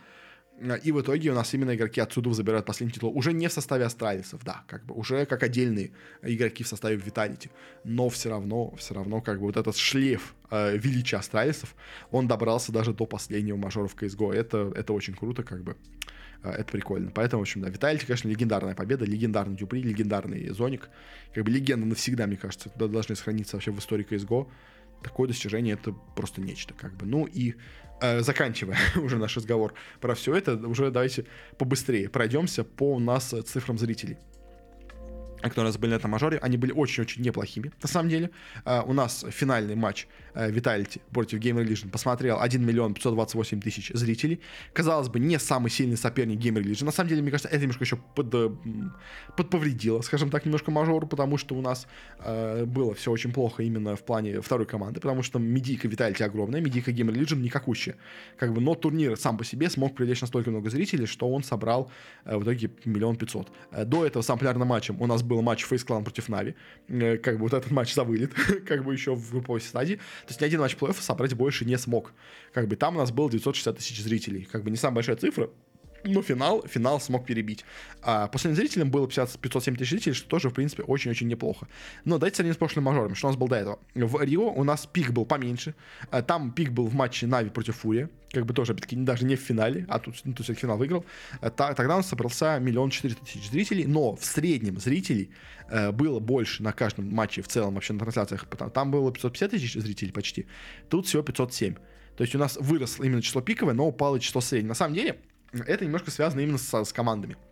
И в итоге у нас именно игроки отсюда забирают последний титул. Уже не в составе австралийцев, да, как бы уже как отдельные игроки в составе Vitality. Но все равно, все равно, как бы вот этот шлейф э, величия австралийцев, он добрался даже до последнего мажора в си эс го. Это, это очень круто, как бы. Э, это прикольно. Поэтому, в общем, да, Vitality, конечно, легендарная победа, легендарный Дюпри, легендарный Зоник. Как бы легенда навсегда, мне кажется, должны сохраниться вообще в истории си эс го. Такое достижение — это просто нечто, как бы. Ну и э, заканчивая уже наш разговор про все это, уже давайте побыстрее пройдемся по у нас цифрам зрителей, которые у нас были на этом мажоре. Они были очень-очень неплохими, на самом деле. Uh, у нас финальный матч uh, Vitality против Gamer Legion посмотрел один миллион пятьсот двадцать восемь тысяч зрителей. Казалось бы, не самый сильный соперник Gamer Legion. На самом деле, мне кажется, это немножко еще под, подповредило, скажем так, немножко мажору, потому что у нас uh, было все очень плохо именно в плане второй команды, потому что медийка Vitality огромная, медийка Gamer Legion никакущая. Как бы, но турнир сам по себе смог привлечь настолько много зрителей, что он собрал uh, в итоге миллион пятьсот. Uh, до этого самым популярным матчем у нас был был матч Face Clan против Нави. Как бы вот этот матч завылет, как бы еще в групповой стадии. То есть ни один матч плей-оффа собрать больше не смог. Как бы там у нас было девятьсот шестьдесят тысяч зрителей. Как бы не самая большая цифра, но финал, финал смог перебить. А последним зрителям было пятьсот семь тысяч зрителей, что тоже, в принципе, очень-очень неплохо. Но давайте сравним с прошлым мажором, что у нас был до этого. В Рио у нас пик был поменьше. Там пик был в матче Нави против Фурия. Как бы тоже, опять-таки, даже не в финале, а тут, ну, тут все-таки финал выиграл. Тогда у нас собрался миллион четыреста тысяч зрителей, но в среднем зрителей э, было больше на каждом матче в целом вообще на трансляциях. Там было пятьсот пятьдесят тысяч зрителей почти. Тут всего пятьсот семь. То есть у нас выросло именно число пиковое, но упало число среднее. На самом деле, это немножко связано именно с, с командами.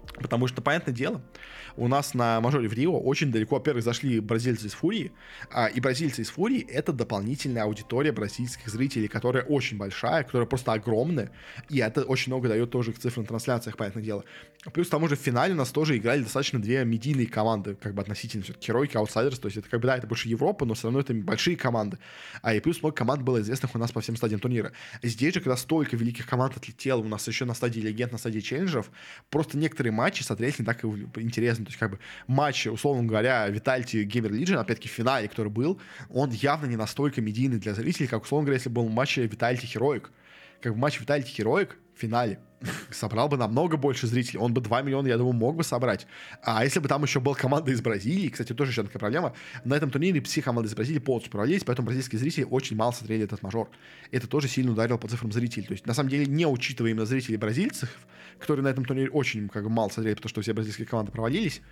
Потому что, понятное дело, у нас на мажоре в Рио очень далеко, во-первых, зашли бразильцы из Фурии, а, и бразильцы из Фурии — это дополнительная аудитория бразильских зрителей, которая очень большая, которая просто огромная, и это очень много дает тоже к цифрам трансляциях, понятное дело. Плюс к тому же в финале у нас тоже играли достаточно две медийные команды, как бы относительно все-таки Heroic и Outsiders, то есть это как бы, да, это больше Европа, но все равно это большие команды. А и плюс много команд было известных у нас по всем стадиям турнира. Здесь же, когда столько великих команд отлетело у нас еще на стадии легенд, на стадии челленджеров, просто некоторые матчи смотреть не так интересно. То есть, как бы, матч, условно говоря, Vitality Gamer Legion, опять-таки, в финале, который был, он явно не настолько медийный для зрителей, как, условно говоря, если был матч Vitality Heroic. Как бы матч Vitality Heroic в финале собрал бы намного больше зрителей. Он бы два миллиона, я думаю, мог бы собрать. А если бы там еще была команда из Бразилии, кстати, тоже еще такая проблема, на этом турнире все команды из Бразилии полностью провалились, поэтому бразильские зрители очень мало смотрели этот мажор. Это тоже сильно ударило по цифрам зрителей. То есть, на самом деле, не учитывая именно зрителей бразильцев, которые на этом турнире очень как бы мало смотрели, потому что все бразильские команды провалились,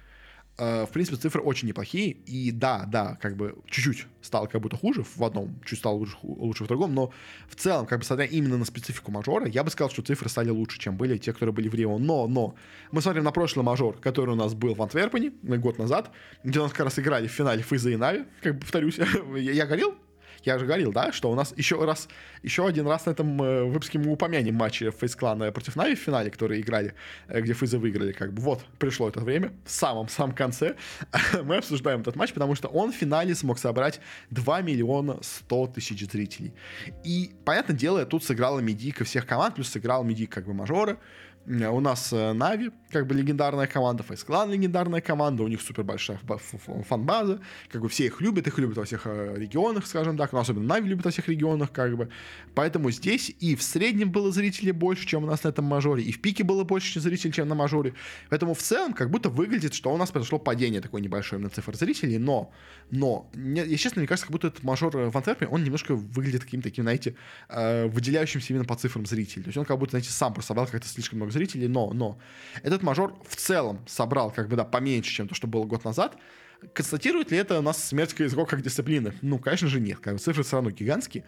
в принципе, цифры очень неплохие, и да, да, как бы чуть-чуть стало как будто хуже в одном, чуть стало лучше, лучше в другом, но в целом, как бы смотря именно на специфику мажора, я бы сказал, что цифры стали лучше, чем были те, которые были в Рио, но, но, мы смотрим на прошлый мажор, который у нас был в Антверпене год назад, где у нас как раз играли в финале Фейза и Нави, как бы повторюсь, я, я говорил, Я же говорил, да, что у нас еще раз, еще один раз на этом э, выпуске мы упомянем матчи Фейс Клана против Нави в финале, которые играли, э, где Фейзы выиграли, как бы. Вот, пришло это время, в самом-самом конце мы обсуждаем этот матч, потому что он в финале смог собрать два миллиона сто тысяч зрителей. И, понятное дело, тут сыграла медийка всех команд, плюс сыграл медийка как бы мажора. У нас Нави, как бы легендарная команда, Фейс Клан легендарная команда, у них супер большая фан-база, как бы все их любят, их любят во всех регионах, скажем так, но особенно Нави любят во всех регионах, как бы. Поэтому здесь и в среднем было зрителей больше, чем у нас на этом мажоре, и в пике было больше зрителей, чем на мажоре. Поэтому в целом как будто выглядит, что у нас произошло падение такое небольшое на цифр зрителей, но, но, я, честно, мне кажется, как будто этот мажор в Антверпене, он немножко выглядит каким-то таким, знаете, выделяющимся именно по цифрам зрителей. То есть он как будто, знаете, сам просто собрал как-то слишком много зрителей, но, но этот мажор в целом собрал, как бы, да, поменьше, чем то, что было год назад. Констатирует ли это у нас смерть си эс го как дисциплины? Ну, конечно же, нет. Как бы, цифры все равно гигантские.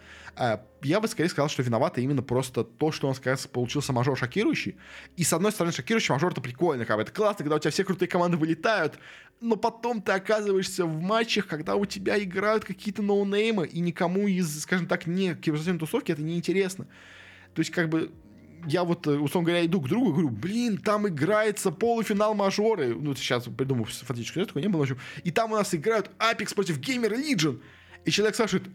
Я бы скорее сказал, что виновато именно просто то, что у нас, кажется, получился мажор шокирующий. И, с одной стороны, шокирующий мажор — это прикольно, как бы, это классно, когда у тебя все крутые команды вылетают, но потом ты оказываешься в матчах, когда у тебя играют какие-то ноунеймы, и никому из, скажем так, не киберспортивной тусовки это не интересно. То есть, как бы, я вот, условно говоря, иду к другу и говорю, блин, там играется полуфинал мажоры. Ну, сейчас придумаю фактически, что такое не было, в общем. И там у нас играют Apex против Gamer Legion. И человек спрашивает,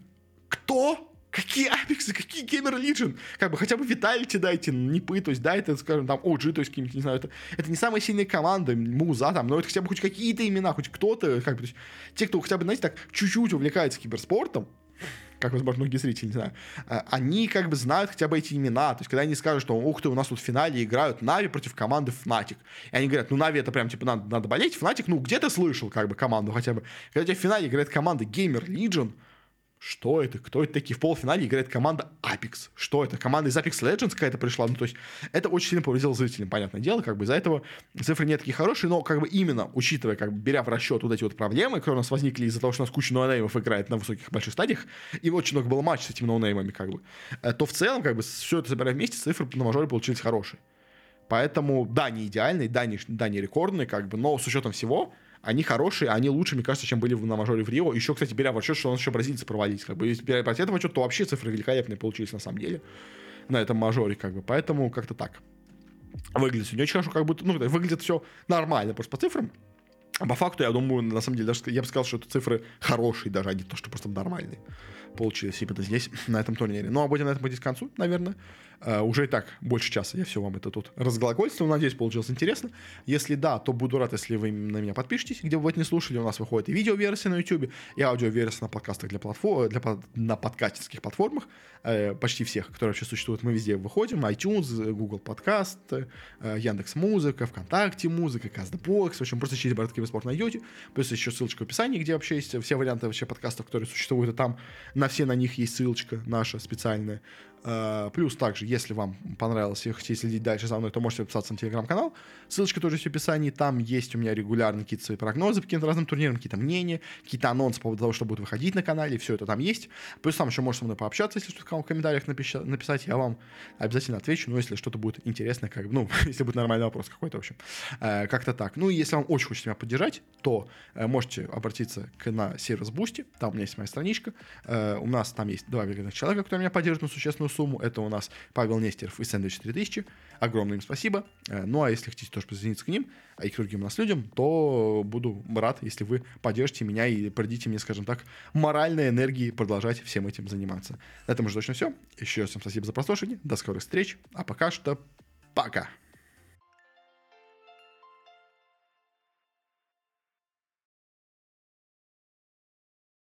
кто? Какие Apex, какие Gamer Legion? Как бы хотя бы Vitality дайте, Нипы, то есть, да, это, скажем, там, о джи, то есть, какие-нибудь, не знаю, это, это не самая сильная команда, Муза, там, но это хотя бы хоть какие-то имена, хоть кто-то, как бы, то есть, те, кто хотя бы, знаете, так, чуть-чуть увлекается киберспортом, как, возможно, многие зрители, не знаю, они как бы знают хотя бы эти имена. То есть, когда они скажут, что, ух ты, у нас тут в финале играют Нави против команды Fnatic. И они говорят, ну, Нави это прям, типа, надо, надо болеть. Fnatic, ну, где-то слышал, как бы, команду хотя бы. Когда у тебя в финале играет команда Gamer Legion, что это? Кто это такие? В полуфинале играет команда Apex. Что это? Команда из Apex Legends какая-то пришла? Ну, то есть, это очень сильно повредило зрителям, понятное дело. Как бы из-за этого цифры не такие хорошие, но как бы именно, учитывая, как бы беря в расчет вот эти вот проблемы, которые у нас возникли из-за того, что у нас куча ноунеймов играет на высоких больших стадиях, и очень много было матчей с этими ноунеймами, как бы, то в целом, как бы, все это собирая вместе, цифры на мажоре получились хорошие. Поэтому, да, не идеальные, да, не, да, не рекордные, как бы, но с учетом всего, они хорошие, они лучше, мне кажется, чем были на мажоре в Рио. Еще, кстати, беря в расчет, что у нас еще бразильцы провалились. Как бы, если беря против этого что-то, то вообще цифры великолепные получились на самом деле на этом мажоре, как бы. Поэтому как-то так. Выглядит все не очень хорошо, как будто, ну, выглядит все нормально просто по цифрам. А по факту, я думаю, на самом деле, даже я бы сказал, что это цифры хорошие даже, а не то, что просто нормальные получились именно здесь, на этом турнире. Ну, а будем на этом подойти к концу, наверное. Uh, уже и так больше часа я все вам это тут разглагольствовал. Надеюсь, получилось интересно. Если да, то буду рад, если вы на меня подпишетесь, где бы вы это не слушали. У нас выходит и видеоверсия на YouTube, и аудиоверсия на подкастах для платформ, для, на подкастерских платформах. Uh, почти всех, которые вообще существуют, мы везде выходим. iTunes, Google Подкаст, uh, Яндекс.Музыка, ВКонтакте Музыка, Castbox. В общем, просто через Бород Киберспорт найдете. Плюс еще ссылочка в описании, где вообще есть все варианты вообще подкастов, которые существуют. И там на все на них есть ссылочка наша специальная. Э, Плюс также, если вам понравилось и хотите следить дальше за мной, то можете подписаться на телеграм-канал. Ссылочка тоже есть в описании. Там есть у меня регулярно какие-то свои прогнозы по каким-то разным турнирам, какие-то мнения, какие-то анонсы по поводу того, что будет выходить на канале. Все это там есть. Плюс там еще можете со мной пообщаться, если что-то в комментариях напища- написать. Я вам обязательно отвечу. Ну, если что-то будет интересное, как бы, ну, если будет нормальный вопрос какой-то, в общем. Э, Как-то так. Ну, и если вам очень хочется меня поддержать, то э, можете обратиться к, на сервис Boosty. Там у меня есть моя страничка. Э, У нас там есть два верных человека, которые меня поддерживают на существенную сумму. Это у нас Павел Нестеров и Сэндвич три тысячи. Огромное им спасибо. Э, Ну, а если хотите тоже присоединиться к ним, а и к другим у нас людям, то буду рад, если вы поддержите меня и придите мне, скажем так, моральной энергии продолжать всем этим заниматься. На этом уже точно все. Еще раз всем спасибо за прослушивание. До скорых встреч. А пока что пока.